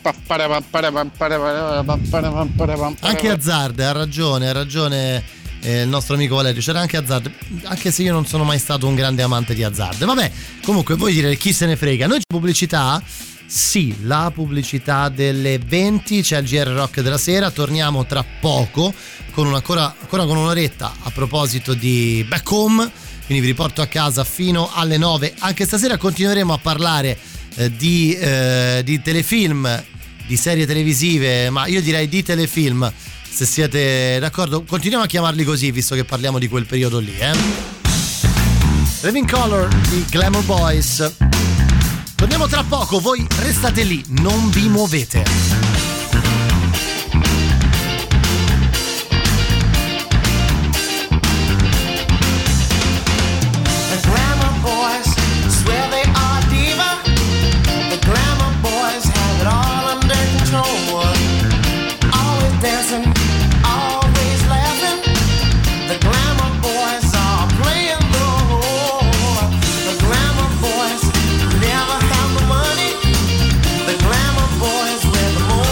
Anche Azzard, ha ragione il nostro amico Valerio, c'era anche Azzard, anche se io non sono mai stato un grande amante di Azzard. Vabbè, comunque voi direte chi se ne frega. Noi c'è pubblicità. Sì, la pubblicità delle 20, c'è il GR Rock della sera, torniamo tra poco con ancora con un'oretta a proposito di Back Home, quindi vi riporto a casa fino alle 9. Anche stasera continueremo a parlare di telefilm, di serie televisive, ma io direi di telefilm, se siete d'accordo. Continuiamo a chiamarli così, visto che parliamo di quel periodo lì, Living Color di Glamour Boys. Torniamo tra poco, voi restate lì, non vi muovete. The glamour boys wear the most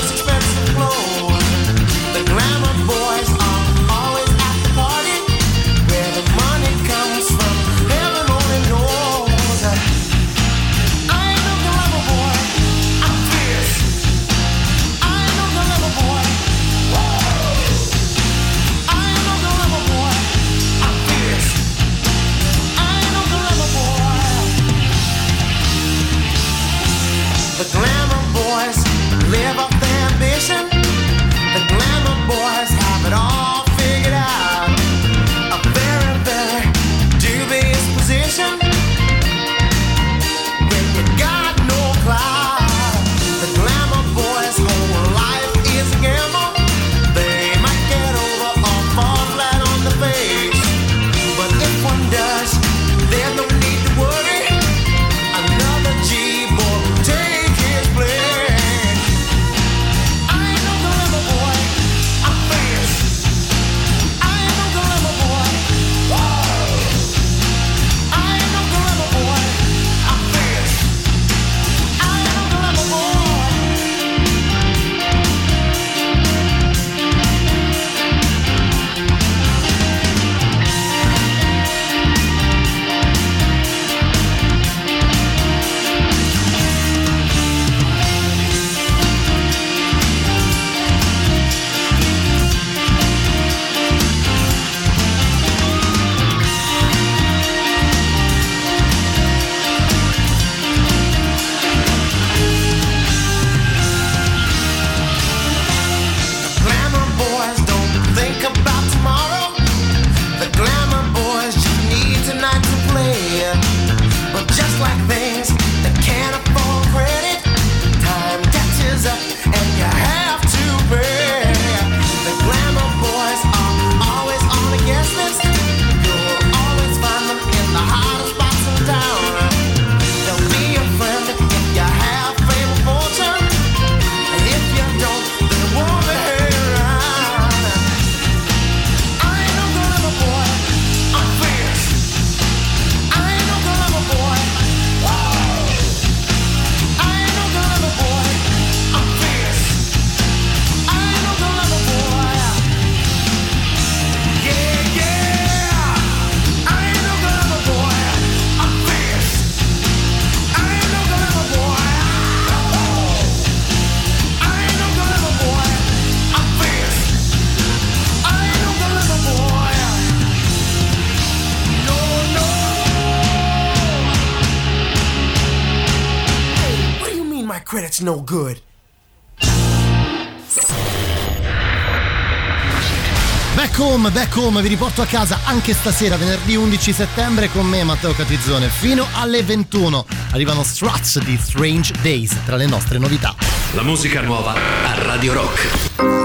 credit's no good. Back home, vi riporto a casa anche stasera, venerdì 11 settembre, con me Matteo Catizzone, fino alle 21. Arrivano Struts di Strange Days tra le nostre novità. La musica nuova a Radio Rock.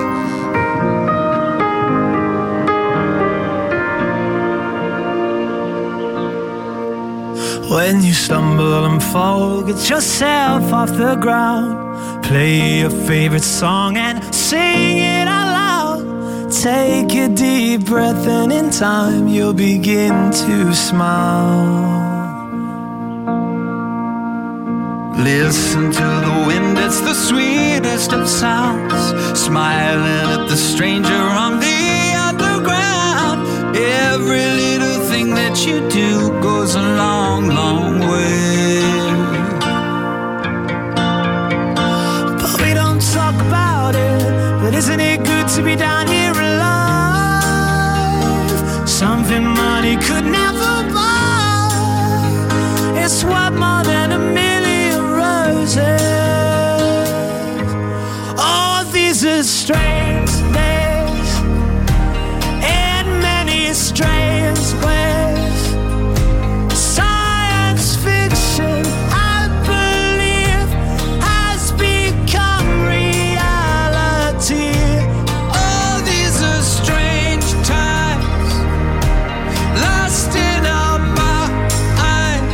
When you stumble and fall, get yourself off the ground. Play your favorite song and sing it out loud. Take a deep breath and in time you'll begin to smile. Listen to the wind, it's the sweetest of sounds. Smiling at the stranger on the underground. Every little thing that you do goes a long, long way. But we don't talk about it, but isn't it good to be down here alive? Something money could never buy. It's worth more than a million roses. Oh, these are strange days in many strange ways. Science fiction, I believe, has become reality. Oh, these are strange times, lost in our minds.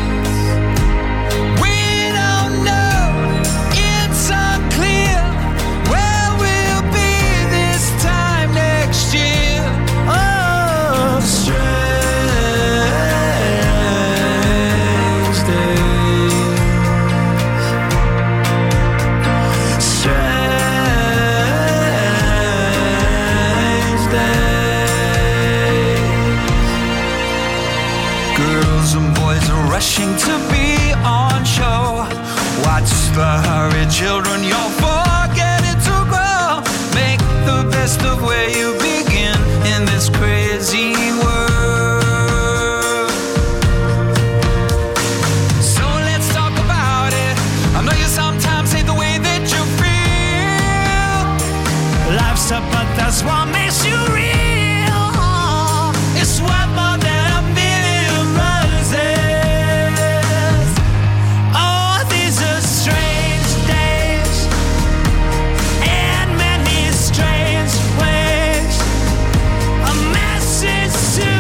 We don't know, it's unclear where we'll be this time next year. Oh, strange days. Strange days. Girls and boys are rushing to be on show. Watch the hurried children, you're forgetting to grow. Make the best of where you begin in this crazy world. So let's talk about it. I know you sometimes hate the way that you feel. Life's up, but that's what makes you real. It's worth more than a million roses. Oh, these are strange days in many strange ways. A message to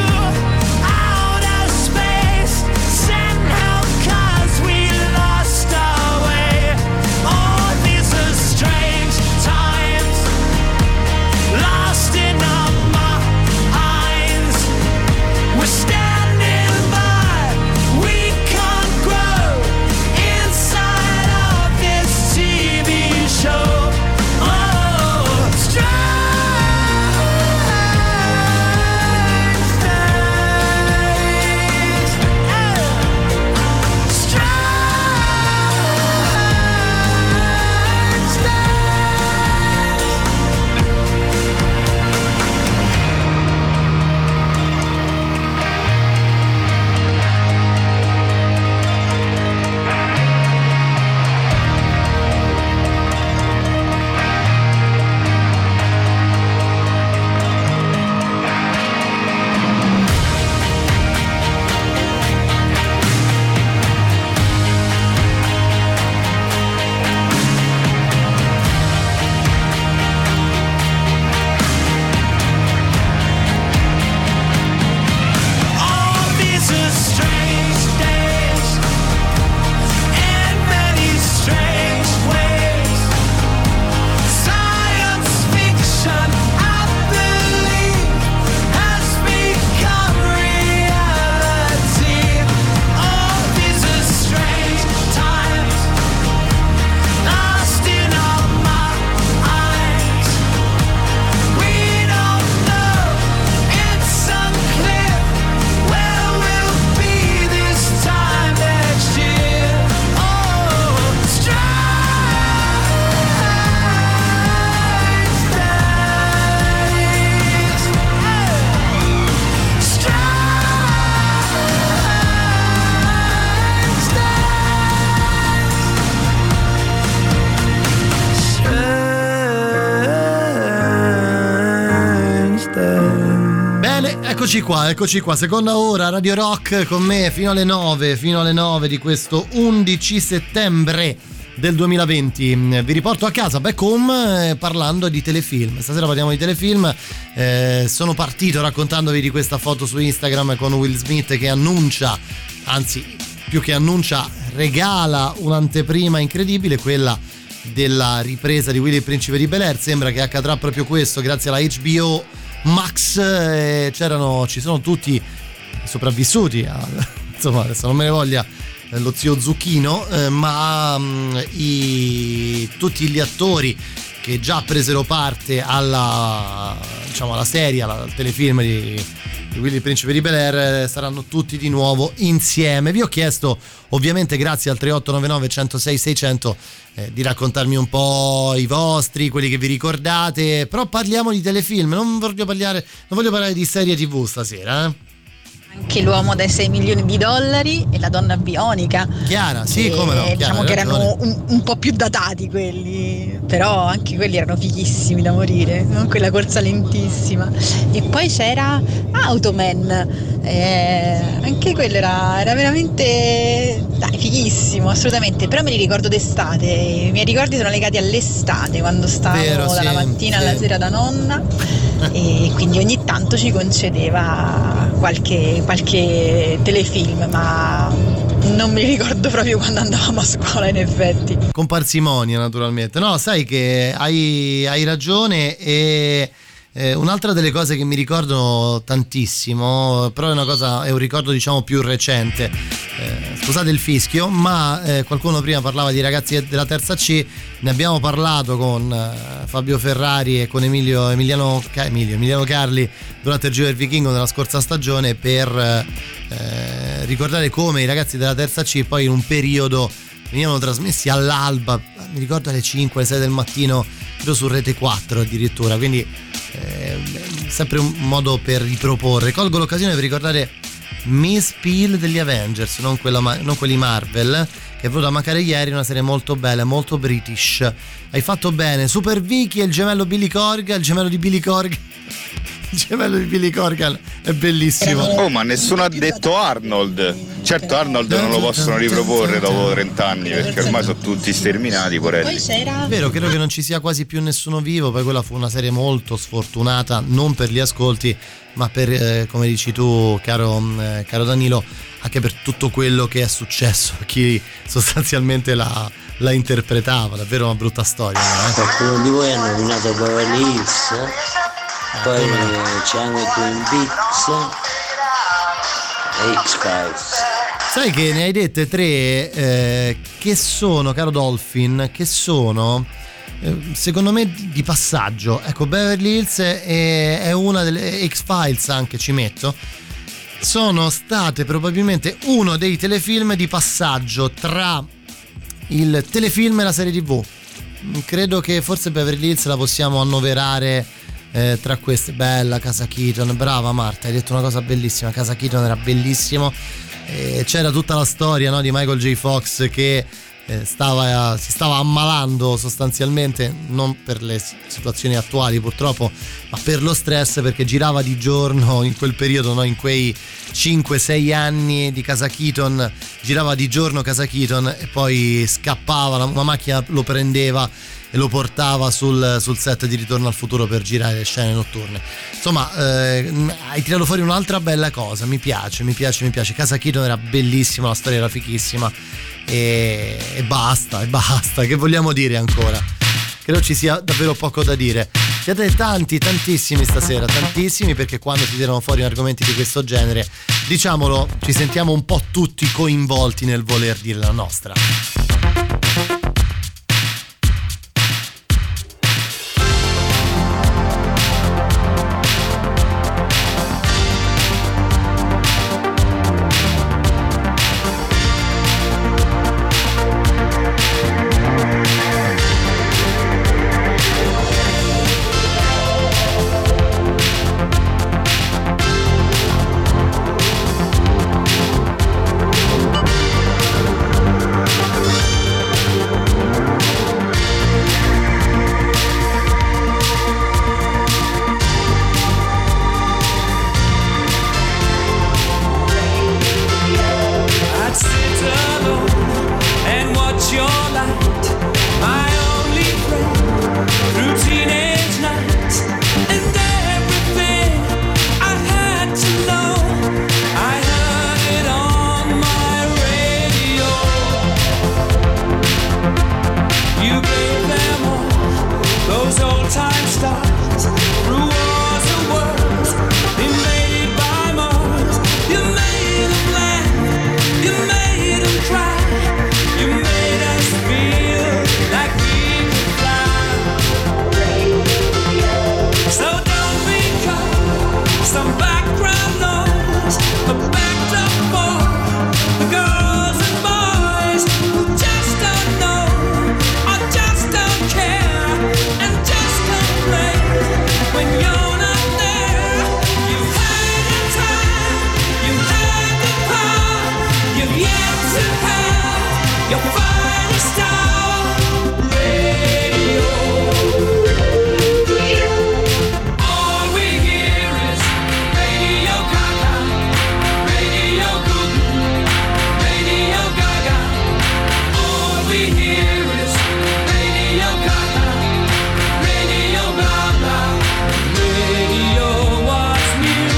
Eccoci qua, seconda ora Radio Rock con me fino alle 9 di questo 11 settembre del 2020. Vi riporto a casa, back home, parlando di telefilm. Stasera parliamo di telefilm. Sono partito raccontandovi di questa foto su Instagram con Will Smith che annuncia, anzi più che annuncia, regala un'anteprima incredibile, quella della ripresa di Willy il Principe di Bel-Air. Sembra che accadrà proprio questo grazie alla HBO Max. Ci sono tutti sopravvissuti insomma, adesso non me ne voglia lo zio Zucchino, ma tutti gli attori che già presero parte alla serie, al telefilm di Willy il Principe di Bel-Air, saranno tutti di nuovo insieme. Vi ho chiesto, ovviamente grazie al 3899 106 600, di raccontarmi un po' i vostri, quelli che vi ricordate, però parliamo di telefilm, non voglio parlare di serie TV stasera, Anche l'uomo dai 6 milioni di dollari e la donna bionica. Chiara, sì, come no. Diciamo che erano un po' più datati quelli, però anche quelli erano fighissimi da morire, non quella corsa lentissima. E poi c'era Automan, anche quello era veramente fighissimo, assolutamente. Però me li ricordo d'estate, i miei ricordi sono legati all'estate, quando stavo dalla mattina alla sera da nonna, e quindi ogni tanto ci concedeva qualche telefilm, ma non mi ricordo proprio quando andavamo a scuola, in effetti. Con parsimonia, naturalmente. No, sai che hai ragione. E un'altra delle cose che mi ricordo tantissimo, però è un ricordo diciamo più recente, scusate il fischio, ma qualcuno prima parlava di Ragazzi della Terza C. Ne abbiamo parlato con Fabio Ferrari e con Emiliano Carli durante il Giro del Vichingo nella scorsa stagione, per ricordare come i Ragazzi della Terza C poi in un periodo venivano trasmessi all'alba, mi ricordo alle 5, alle 6 del mattino, credo su Rete 4 addirittura, quindi sempre un modo per riproporre. Colgo l'occasione per ricordare Miss Peel degli Avengers, non quelli Marvel, che è venuta a mancare ieri, una serie molto bella, molto british. Hai fatto bene. Super Vicky e il gemello Billy Corgan, il gemello di Billy Corgan è bellissimo. Oh, ma nessuno ha detto Arnold. Certo, Arnold non lo possono riproporre dopo 30 anni, perché ormai sono tutti sterminati, porelli. Vero, credo che non ci sia quasi più nessuno vivo. Poi quella fu una serie molto sfortunata, non per gli ascolti, ma per, come dici tu, caro Danilo, anche per tutto quello che è successo a chi sostanzialmente la interpretava. Davvero una brutta storia, no? Qualcuno di voi ha nominato Beverly Hills, poi c'è anche Twin Peaks e X-Files. Sai che ne hai dette 3 che sono, caro Dolphin, che sono secondo me di passaggio. Ecco, Beverly Hills è una delle, X-Files anche ci metto, sono state probabilmente uno dei telefilm di passaggio tra il telefilm e la serie TV. Credo che forse Beverly Hills la possiamo annoverare tra queste. Bella Casa Keaton, brava Marta, hai detto una cosa bellissima. Casa Keaton era bellissimo. C'era tutta la storia, no, di Michael J. Fox che si stava ammalando sostanzialmente, non per le situazioni attuali purtroppo, ma per lo stress, perché girava di giorno in quel periodo, no, in quei 5-6 anni di Casa Keaton, girava di giorno Casa Keaton e poi scappava, una macchina lo prendeva e lo portava sul set di Ritorno al Futuro per girare le scene notturne. Insomma, hai tirato fuori un'altra bella cosa, mi piace. Casa Keaton era bellissima, la storia era fichissima e basta, che vogliamo dire ancora? Credo ci sia davvero poco da dire. Siete tantissimi stasera, tantissimi, perché quando si tirano fuori argomenti di questo genere, diciamolo, ci sentiamo un po' tutti coinvolti nel voler dire la nostra. your finest hour radio. All we hear is Radio Gaga, Radio Goo Goo, Radio Gaga. All we hear is Radio Gaga, Radio blah blah. Radio what's new?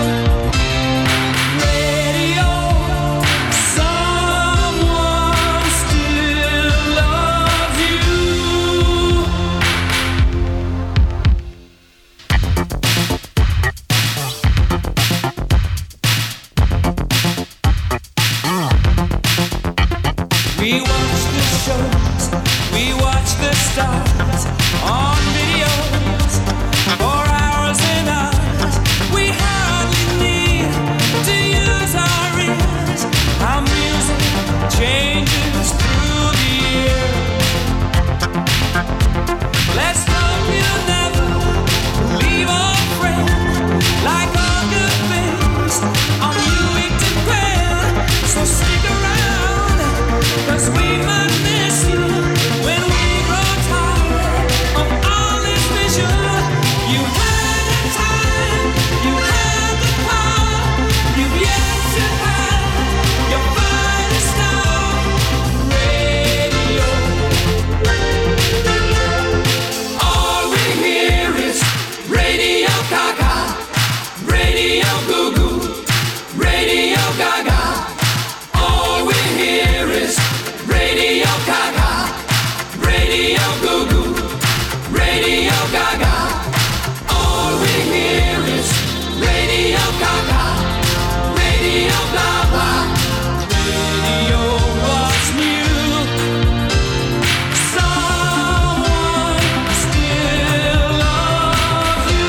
Radio, someone still loves you. We watch the shows, we watch the stars on videos for hours and hours. We hardly need to use our ears. Our music changes through the year. Let's hope you'll never leave our friend. Like all good things, on you it depends. So stick around, 'cause we might miss you when we grow tired of all this vision. You had the time, you had the power, you've yet to have your finest hour. Radio. All we hear is Radio Gaga, Radio Goo Goo, Radio Gaga. All we hear is Radio Gaga, Radio Goo Goo, Radio Gaga. All we hear is Radio Gaga, Radio blah blah. Radio what's new? Someone still loves you.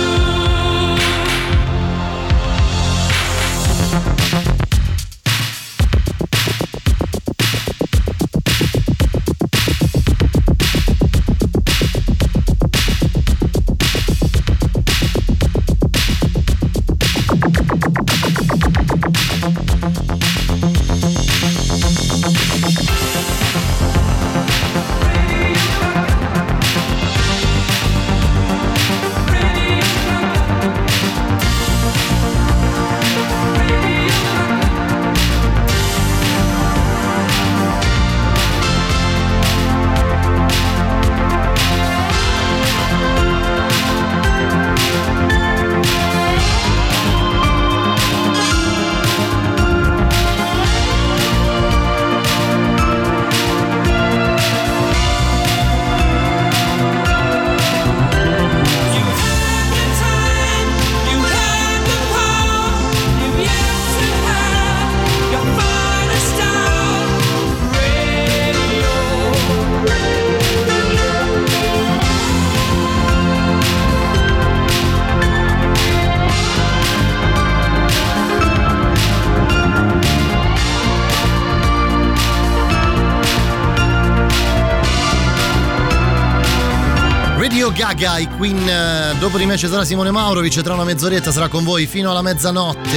Gaga, i Queen. Dopo di me ci sarà Simone Maurovic, tra una mezz'oretta sarà con voi fino alla mezzanotte.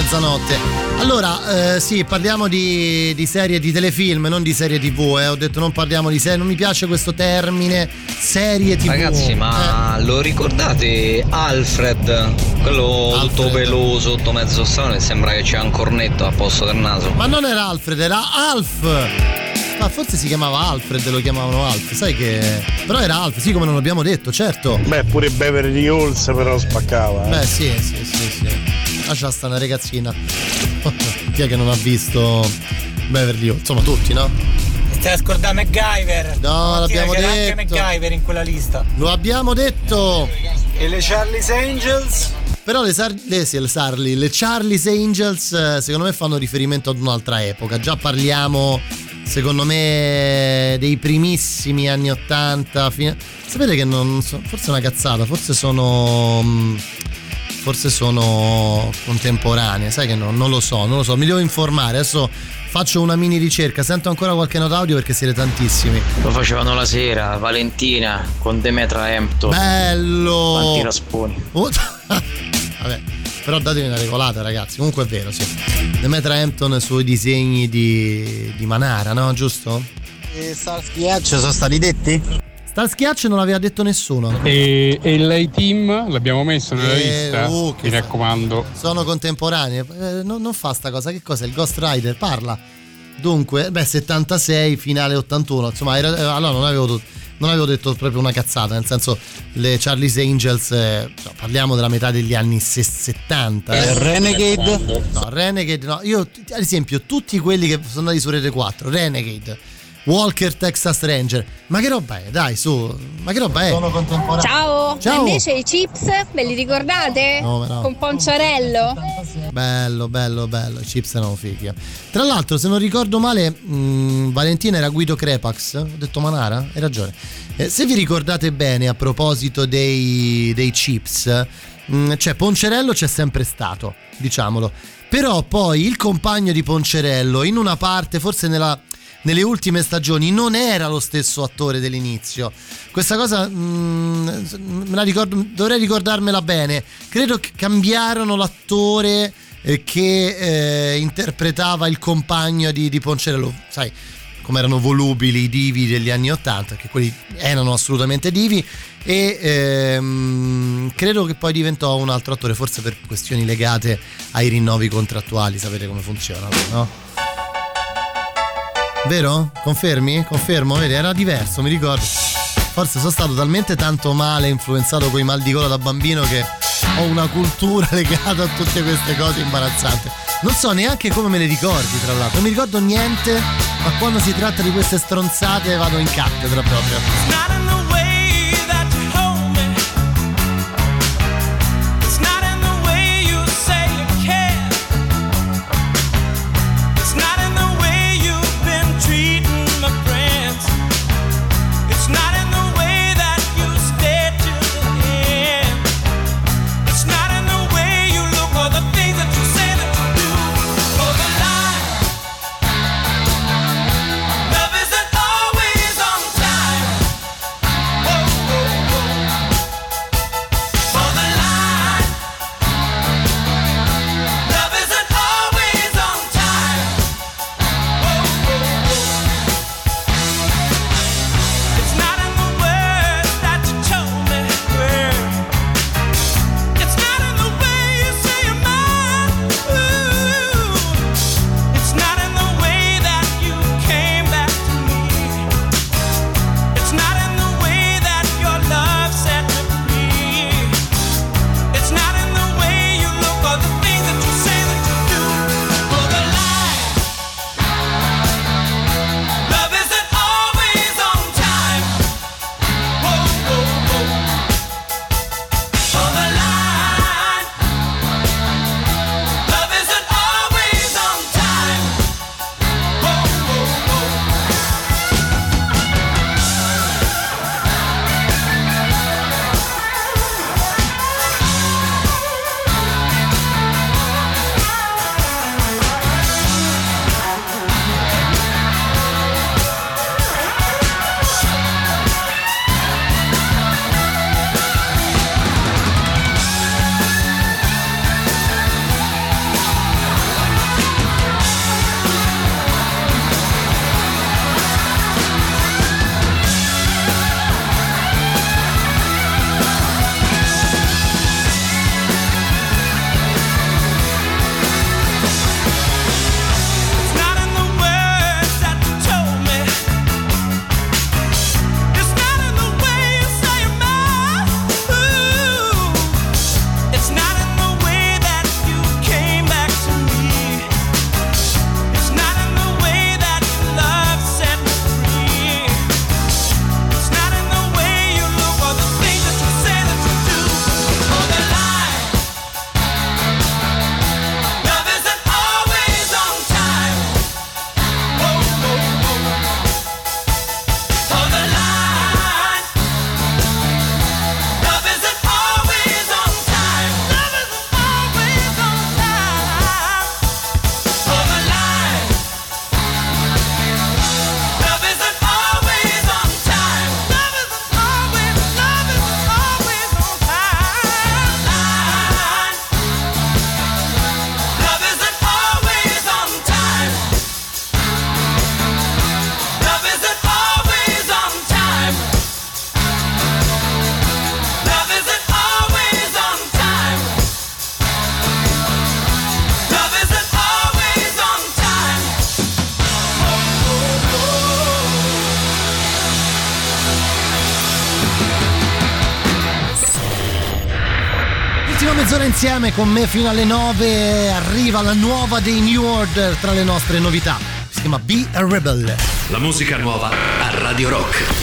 Allora, sì, parliamo di serie, di telefilm, non di serie TV. Ho detto non parliamo di serie, non mi piace questo termine, serie TV. Ragazzi, ma lo ricordate Alfred? Quello tutto peloso, tutto mezzo strano, e sembra che c'è un cornetto a posto del naso. Ma non era Alfred, era Alf. Ma forse si chiamava Alfred, lo chiamavano Alf, sai che... Però era Alf, sì, come non abbiamo detto, certo. Beh, pure Beverly Hills però spaccava. Beh, sì. Lascia sta una ragazzina. Chi è che non ha visto Beverly Hills? Insomma, tutti, no? Stai a scordare MacGyver. No, l'abbiamo detto. C'era anche MacGyver in quella lista. Lo abbiamo detto. E le Charlie's Angels? Però le Charlie's Angels secondo me fanno riferimento ad un'altra epoca. Già parliamo, secondo me, dei primissimi anni 80. Sapete che non so, forse è una cazzata, forse sono contemporanee, sai che non lo so, mi devo informare. Adesso faccio una mini ricerca, sento ancora qualche nota audio perché siete tantissimi. Lo facevano la sera, Valentina con Demetra Hampton. Bello! Quanti rasponi. Vabbè, Però datevi una regolata, ragazzi. Comunque è vero, sì. Demetra Hampton sui disegni di Manara, no? Giusto? E Schiaccio sono stati detti? Star Schiaccio non l'aveva detto nessuno. E l'A-Team l'abbiamo messo nella lista, mi raccomando. Sono contemporanee. Non fa sta cosa. Che cos'è? Il Ghost Rider? Parla. Dunque, 76, finale 81. Insomma, allora non avevo detto proprio una cazzata. Nel senso, le Charlie's Angels, parliamo della metà degli anni 70. Renegade? No, Renegade no. Io, ad esempio, tutti quelli che sono andati su Rete 4, Renegade, Walker Texas Ranger, ma che roba è? Dai, su, ma che roba è? Sono contemporanei. Ciao. Invece i chips, ve li ricordate? No. Con Ponciarello? Bello, i chips erano fighi. Tra l'altro, se non ricordo male, Valentina era Guido Crepax. Ho detto Manara? Hai ragione. Se vi ricordate bene, a proposito dei chips, cioè Poncerello c'è sempre stato, diciamolo. Però poi il compagno di Poncerello, in una parte, forse nelle ultime stagioni, non era lo stesso attore dell'inizio. Questa cosa me la ricordo, dovrei ricordarmela bene. Credo che cambiarono l'attore che interpretava il compagno di Poncerello. Sai come erano volubili i divi degli anni 80, che quelli erano assolutamente divi, e credo che poi diventò un altro attore, forse per questioni legate ai rinnovi contrattuali. Sapete come funziona, no? Vero? Confermi? Confermo, vedi, era diverso, mi ricordo. Forse sono stato talmente tanto male influenzato coi mal di gola da bambino che ho una cultura legata a tutte queste cose imbarazzanti. Non so neanche come me le ricordi, tra l'altro. Non mi ricordo niente, ma quando si tratta di queste stronzate vado in cattedra proprio. mezz'ora insieme con me fino alle 9. Arriva la nuova dei New Order tra le nostre novità. Si chiama Be a Rebel. La musica nuova a Radio Rock.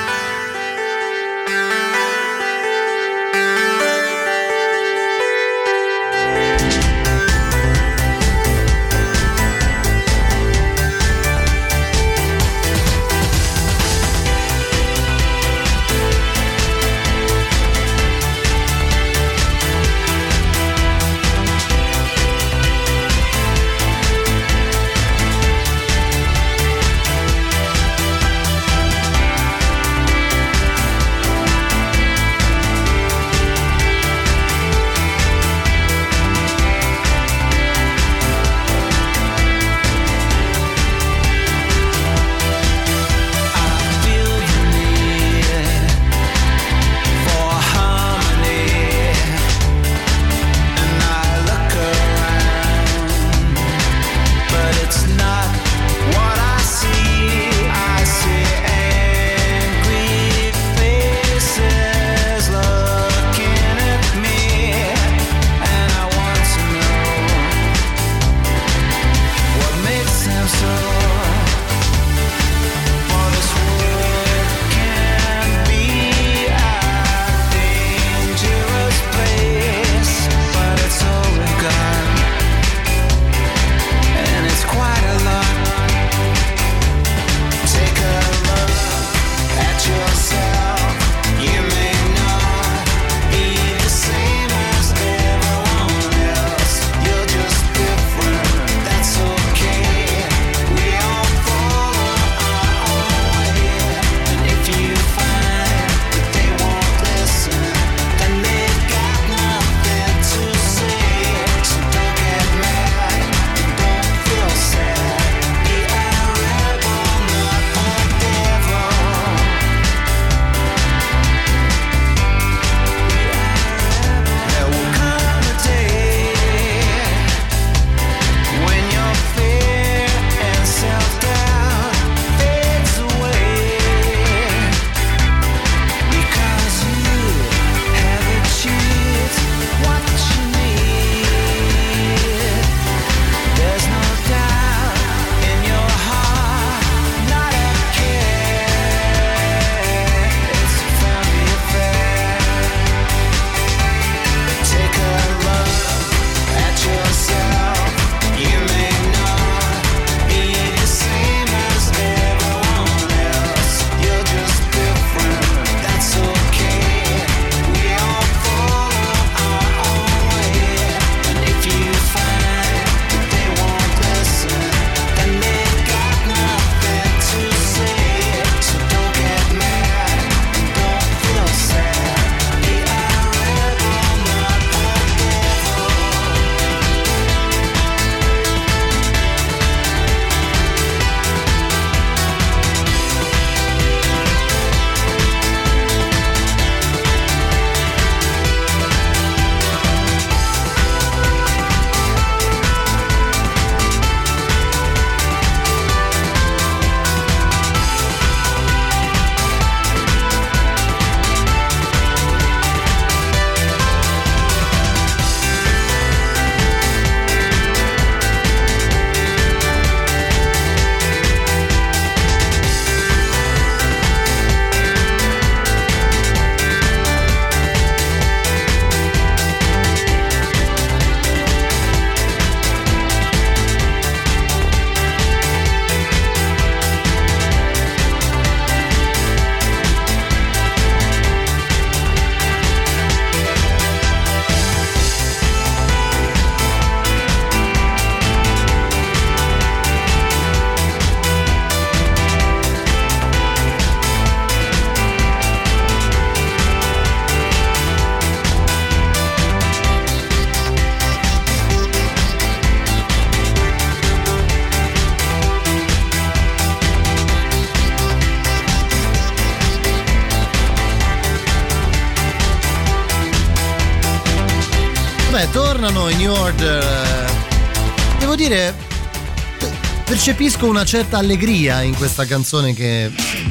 Vabbè, tornano i New Order. Devo dire, percepisco una certa allegria in questa canzone che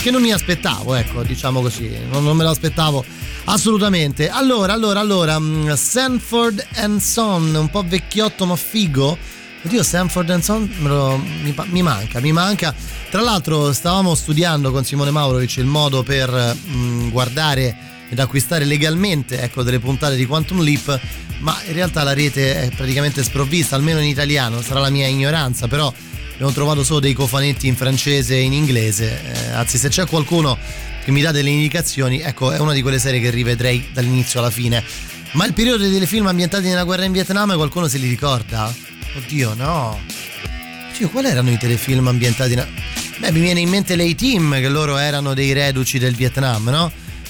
che non mi aspettavo, ecco, diciamo così, non me lo aspettavo assolutamente. Allora, Sanford and Son, un po' vecchiotto ma figo. Oddio, Sanford & Son mi manca. Tra l'altro stavamo studiando con Simone Maurovic il modo per guardare ed acquistare legalmente, ecco, delle puntate di Quantum Leap, ma in realtà la rete è praticamente sprovvista, almeno in italiano. Sarà la mia ignoranza, però abbiamo trovato solo dei cofanetti in francese e in inglese. Anzi, se c'è qualcuno che mi dà delle indicazioni, ecco, è una di quelle serie che rivedrei dall'inizio alla fine. Ma il periodo dei film ambientati nella guerra in Vietnam, qualcuno se li ricorda? Oddio, no. Cioè, quali erano i telefilm ambientati Beh, mi viene in mente l'A-Team, che loro erano dei reduci del Vietnam, no?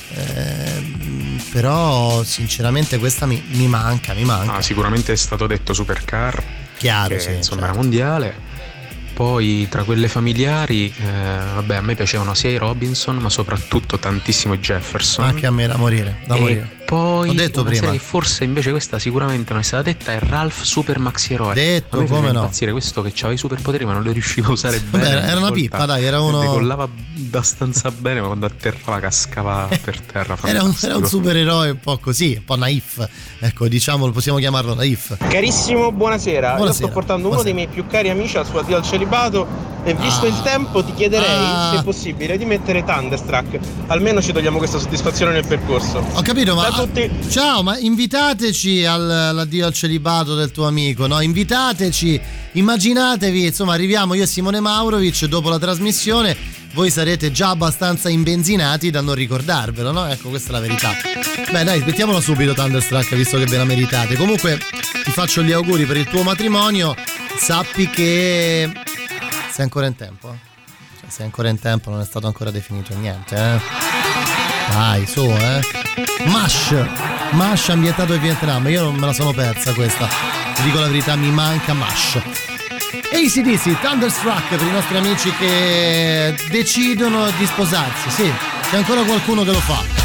Però sinceramente questa mi manca. Sicuramente è stato detto Supercar, chiaro, che, sì, insomma, certo. era mondiale. Poi tra quelle familiari, a me piacevano sia i Robinson, ma soprattutto tantissimo i Jefferson. Anche a me, da morire. Poi ho detto una prima, serie, forse invece questa sicuramente non è stata detta, è Ralph Super Maxi Eroe. Detto, a me come no, impazzire questo che aveva i superpoteri ma non li riusciva a usare bene. Beh, era una pippa, dai, era uno, decollava abbastanza bene, ma quando atterrava cascava per terra. Era un supereroe un po' così, un po' naif, ecco, diciamo, possiamo chiamarlo naif. Carissimo, buonasera. Io sto portando uno dei miei più cari amici al suo addio al celibato e visto il tempo ti chiederei se è possibile di mettere Thunderstruck, almeno ci togliamo questa soddisfazione nel percorso. Ho capito, ma ciao a tutti. Ciao, ma invitateci all'addio al celibato del tuo amico, no? Invitateci, immaginatevi, insomma, arriviamo io e Simone Maurovic dopo la trasmissione, voi sarete già abbastanza imbenzinati da non ricordarvelo, no? Ecco, questa è la verità. Beh, dai, mettiamolo subito Thunderstruck, visto che ve la meritate. Comunque ti faccio gli auguri per il tuo matrimonio, sappi che sei ancora in tempo, cioè, sei ancora in tempo, non è stato ancora definito niente, Dai, su, MASH ambientato in Vietnam, io non me la sono persa questa, ti dico la verità, mi manca MASH. AC/DC, Thunderstruck, per i nostri amici che decidono di sposarsi, sì, c'è ancora qualcuno che lo fa.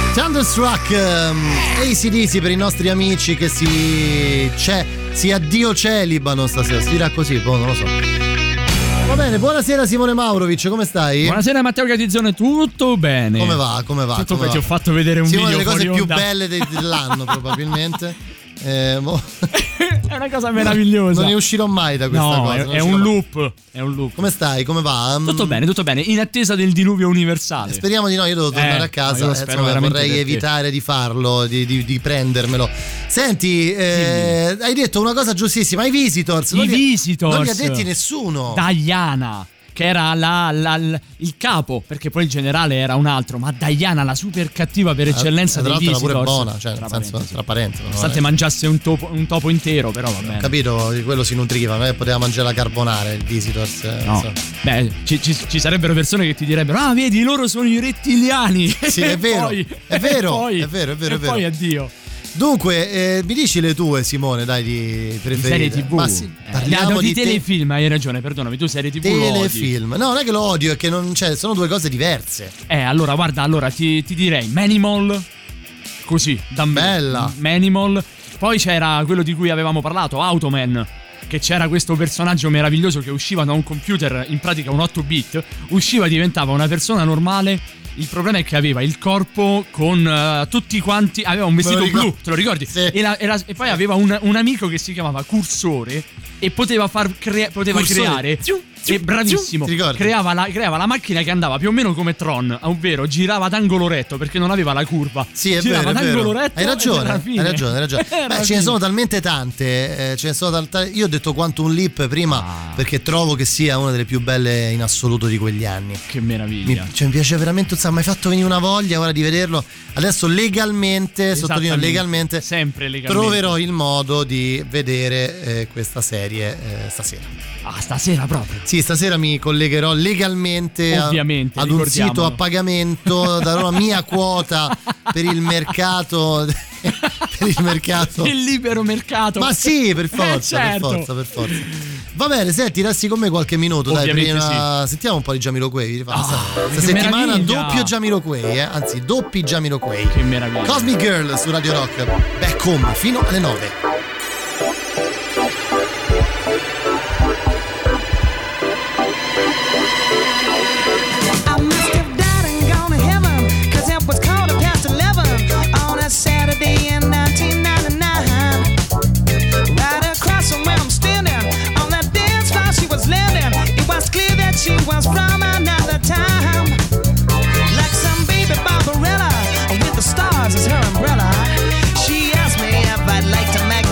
Thunderstruck, AC/DC per i nostri amici che si addio celibano stasera, si dirà così, non lo so. Va bene, buonasera Simone Maurovic, come stai? Buonasera Matteo Catizzone, tutto bene? Come va? Tutto bene, ti ho fatto vedere un video. Una delle cose più onda. belle dell'anno probabilmente. È una cosa meravigliosa. Non ne uscirò mai da questa cosa. È un loop. È un loop. Come stai? Come va? Tutto bene. In attesa del diluvio universale. Speriamo di no, io devo tornare a casa. Vorrei evitare di farlo, di prendermelo. Senti, hai detto una cosa giustissima. I Visitors. Non li ha detti nessuno. Diana, che era il capo, perché poi il generale era un altro, ma Diana, la super cattiva per eccellenza dei Visitors, era pure buona, cioè nel senso trasparente, nonostante mangiasse un topo intero, però va bene. Capito, di quello si nutriva, poteva mangiare la carbonara il Visitors. No. Beh, ci sarebbero persone che ti direbbero: ah, vedi, loro sono i rettiliani. Sì, è vero, è vero. E poi addio. Dunque, mi dici le tue, Simone, dai, di preferite? Serie TV. Ma sì, parliamo di telefilm, hai ragione, perdonami, tu serie TV telefilm. No, non è che lo odio, è che non, cioè, sono due cose diverse. Allora, guarda, ti direi Manimal, così, da bella. Manimal. Poi c'era quello di cui avevamo parlato, Automan, che c'era questo personaggio meraviglioso che usciva da un computer, in pratica un 8-bit, usciva e diventava una persona normale. Il problema è che aveva il corpo con tutti quanti, aveva un vestito blu, te lo ricordi? Sì. E poi aveva un amico che si chiamava Cursore e poteva creare. E bravissimo, creava la macchina che andava più o meno come Tron, ovvero girava ad angolo retto perché non aveva la curva. Sì, è girava vero, ad angolo retto. Hai ragione. Beh, ce ne sono talmente tante. Io ho detto Quantum Leap prima perché trovo che sia una delle più belle in assoluto di quegli anni. Che meraviglia. Mi piace veramente, mi hai fatto venire una voglia ora di vederlo. Adesso legalmente, sottolineo legalmente, sempre legalmente, troverò il modo di vedere questa serie stasera. Stasera proprio? Sì, stasera mi collegherò legalmente ovviamente, ad un sito a pagamento, darò la mia quota per il mercato. Il libero mercato. Ma sì, per forza, certo. per forza. Va bene, senti, resti con me qualche minuto, ovviamente, dai, prima sì. Sentiamo un po' di Jamiroquai. Questa settimana meraviglia. doppio Jamiroquai, anzi doppi Jamiroquai. Che meraviglia. Cosmic Girl su Radio Rock. Back home fino alle 9. Saturday in 1999, right across from where I'm standing, on that dance floor she was living. It was clear that she was from another time, like some baby Barbarella with the stars as her umbrella. She asked me if I'd like to make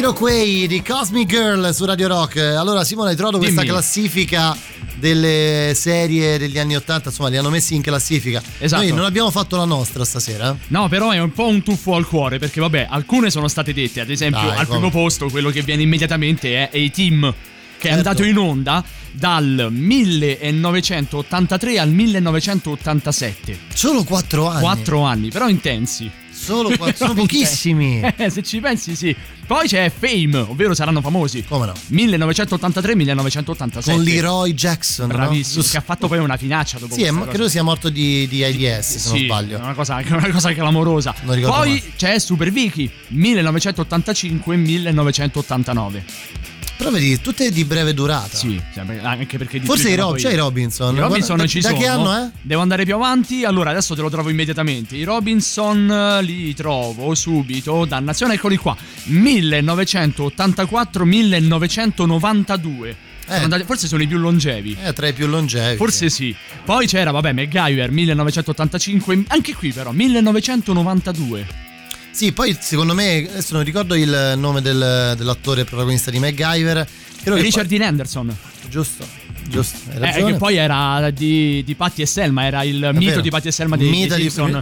Jamiroquai di Cosmic Girl su Radio Rock. Allora Simone, hai trovato questa classifica delle serie degli anni 80, insomma li hanno messi in classifica. Esatto. Noi non abbiamo fatto la nostra stasera. No, però è un po' un tuffo al cuore, perché vabbè, alcune sono state dette. Ad esempio, al primo posto quello che viene immediatamente è A-Team, che è andato in onda dal 1983 al 1987. Solo 4 anni. 4 anni, però intensi. Solo 4, sono pochissimi. Se ci pensi, sì. Poi c'è Fame, ovvero saranno famosi. Come no? 1983-1987. Con Leroy Jackson. Bravissimo, no? Che ha fatto poi una finaccia dopo. Sì, credo sia morto di AIDS, se non sbaglio. È una cosa clamorosa. Non ricordo poi mai. c'è Super Vicky, 1985-1989. Però vedi, tutte di breve durata. Sì, anche perché forse c'è i Robinson. I Robinson ci sono. Da che anno è? Devo andare più avanti. Allora, adesso te lo trovo immediatamente. I Robinson li trovo subito. Dannazione, eccoli qua. 1984-1992. Forse sono i più longevi. Tra i più longevi. Forse sì. Poi c'era, MacGyver, 1985. Anche qui però, 1992. Sì, poi secondo me, adesso non ricordo il nome dell'attore protagonista di MacGyver. Richard Dean Anderson. Giusto. Hai ragione. Che poi era di Patty e Selma, era il mito vero. di Patty e Selma dei Simpson.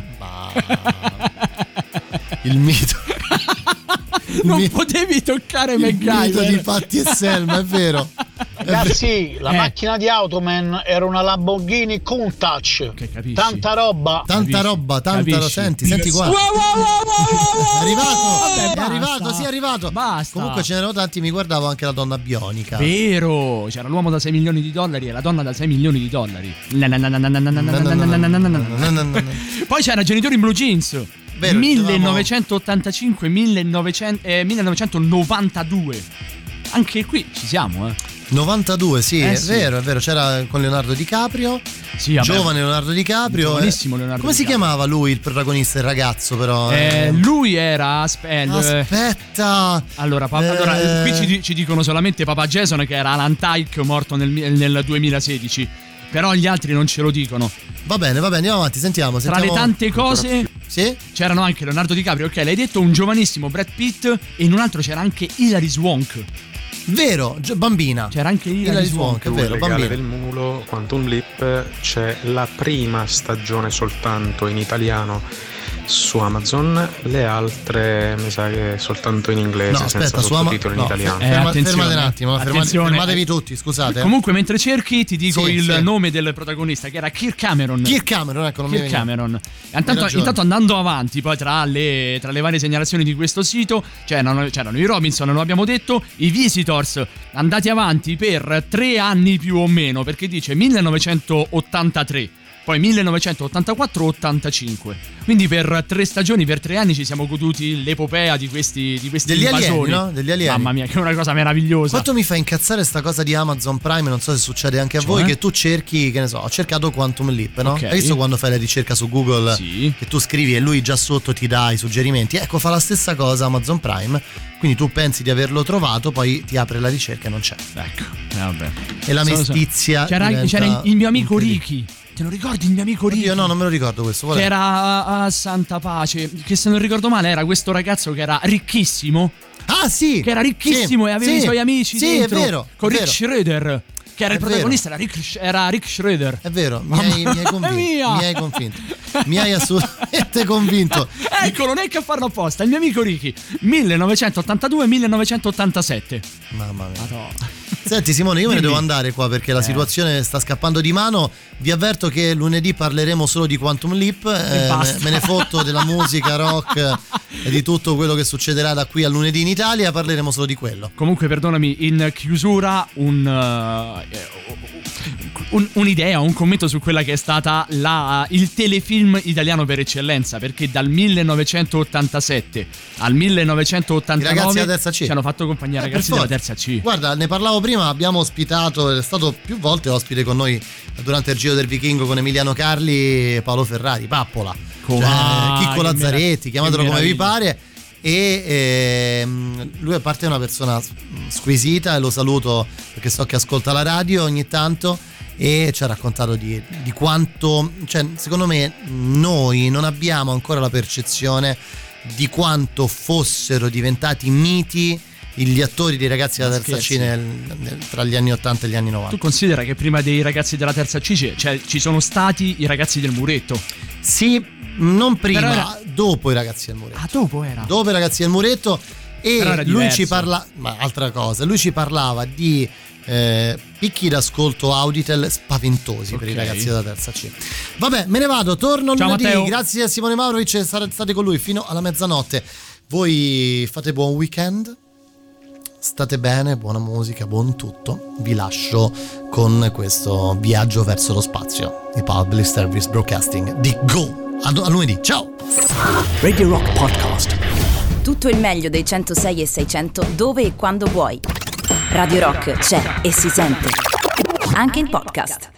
Il mito. Non potevi toccare MacGyver. Il mito di Patty e Selma, è vero. Ragazzi, la macchina di Automan era una Lamborghini Countach. Che capisci? Tanta roba. Senti qua. È arrivato. Basta. Comunque ce n'erano tanti, mi guardavo anche la donna bionica. Vero, c'era l'uomo da $6 milioni e la donna da $6 milioni. Poi c'era Genitori in Blue Jeans. 1985-1992. Anche qui ci siamo, 92, sì, è vero, c'era con Leonardo DiCaprio. Sì, vabbè. Giovane Leonardo DiCaprio. Giovanissimo Leonardo Come DiCaprio. si chiamava lui, il protagonista, il ragazzo però? Lui era aspetta. Allora, qui ci dicono solamente Papa Jason, che era Alan Tyke, morto nel 2016. Però gli altri non ce lo dicono. Va bene, andiamo avanti, sentiamo. Tra le tante cose, sì? C'erano anche Leonardo DiCaprio, ok, l'hai detto, un giovanissimo Brad Pitt, e in un altro c'era anche Hilary Swank. Vero, bambina. C'era anche Hilary Swank, è vero, bambina. del Mulo, Quantum Leap, c'è la prima stagione soltanto in italiano su Amazon, le altre mi sa che soltanto in inglese, senza sottotitoli in italiano. Fermate un attimo, fermatevi tutti, scusate. Comunque mentre cerchi ti dico il nome del protagonista, che era Kirk Cameron. Ecco, Kirk Cameron. Intanto andando avanti, poi tra le varie segnalazioni di questo sito c'erano i Robinson, lo abbiamo detto, i Visitors, andati avanti per 3 anni più o meno, perché dice 1983. Poi 1984-85. Quindi per 3 stagioni, per 3 anni ci siamo goduti l'epopea di questi degli invasori. Alieni, no? Degli alieni. Mamma mia, che è una cosa meravigliosa. Quanto mi fa incazzare sta cosa di Amazon Prime, non so se succede anche a voi, che tu cerchi, che ne so, ho cercato Quantum Leap, no? Okay. Hai visto quando fai la ricerca su Google? Sì. Che tu scrivi e lui già sotto ti dà i suggerimenti. Ecco, fa la stessa cosa Amazon Prime. Quindi tu pensi di averlo trovato, poi ti apre la ricerca e non c'è. Ecco, vabbè. E la mestizia c'era il mio amico Ricky. Te lo ricordi il mio amico Ricky? Io no, non me lo ricordo questo. Che era a Santa Pace. Che se non ricordo male era questo ragazzo che era ricchissimo. Ah sì! Che era ricchissimo e aveva i suoi amici dentro. È vero. Con Rick Schroeder. Che era il protagonista, era Rick Schroeder. È vero, mi hai convinto. Mi hai assolutamente convinto. Eccolo, neanche a farlo apposta. Il mio amico Ricky, 1982-1987. Mamma mia. Madonna. Senti Simone, io me ne devo andare qua perché la situazione sta scappando di mano. Vi avverto che lunedì parleremo solo di Quantum Leap. Me ne fotto della musica rock e di tutto quello che succederà da qui a lunedì in Italia. Parleremo solo di quello. Comunque, perdonami, in chiusura un'idea, un commento su quella che è stata il telefilm italiano per eccellenza, perché dal 1987 al 1989 ragazzi della terza C ci hanno fatto compagnia, ragazzi della terza C. Guarda, ne parlavo prima, abbiamo ospitato, è stato più volte ospite con noi durante il Giro del Vichingo con Emiliano Carli e Paolo Ferrari, Pappola, Chicco Lazzaretti, chiamatelo come vi pare. E lui a parte è una persona squisita e lo saluto perché so che ascolta la radio ogni tanto, e ci ha raccontato di quanto, cioè, secondo me noi non abbiamo ancora la percezione di quanto fossero diventati miti gli attori di Ragazzi della Terza C tra gli anni 80 e gli anni 90. Tu considera che prima dei Ragazzi della Terza C ci sono stati i Ragazzi del Muretto? Sì, non prima, dopo i Ragazzi del Muretto. Dopo era? Dopo i Ragazzi del Muretto. E lui ci parla, ma altra cosa, lui ci parlava di picchi d'ascolto Auditel spaventosi per i Ragazzi della Terza C. Vabbè, me ne vado, torno lunedì. Matteo. Grazie a Simone Maurovic, state con lui fino alla mezzanotte. Voi fate buon weekend, state bene, buona musica, buon tutto. Vi lascio con questo viaggio verso lo spazio, i Public Service Broadcasting di Go. A lunedì, ciao. Radio Rock Podcast. Tutto il meglio dei 106 e 600 dove e quando vuoi. Radio Rock c'è e si sente anche in podcast.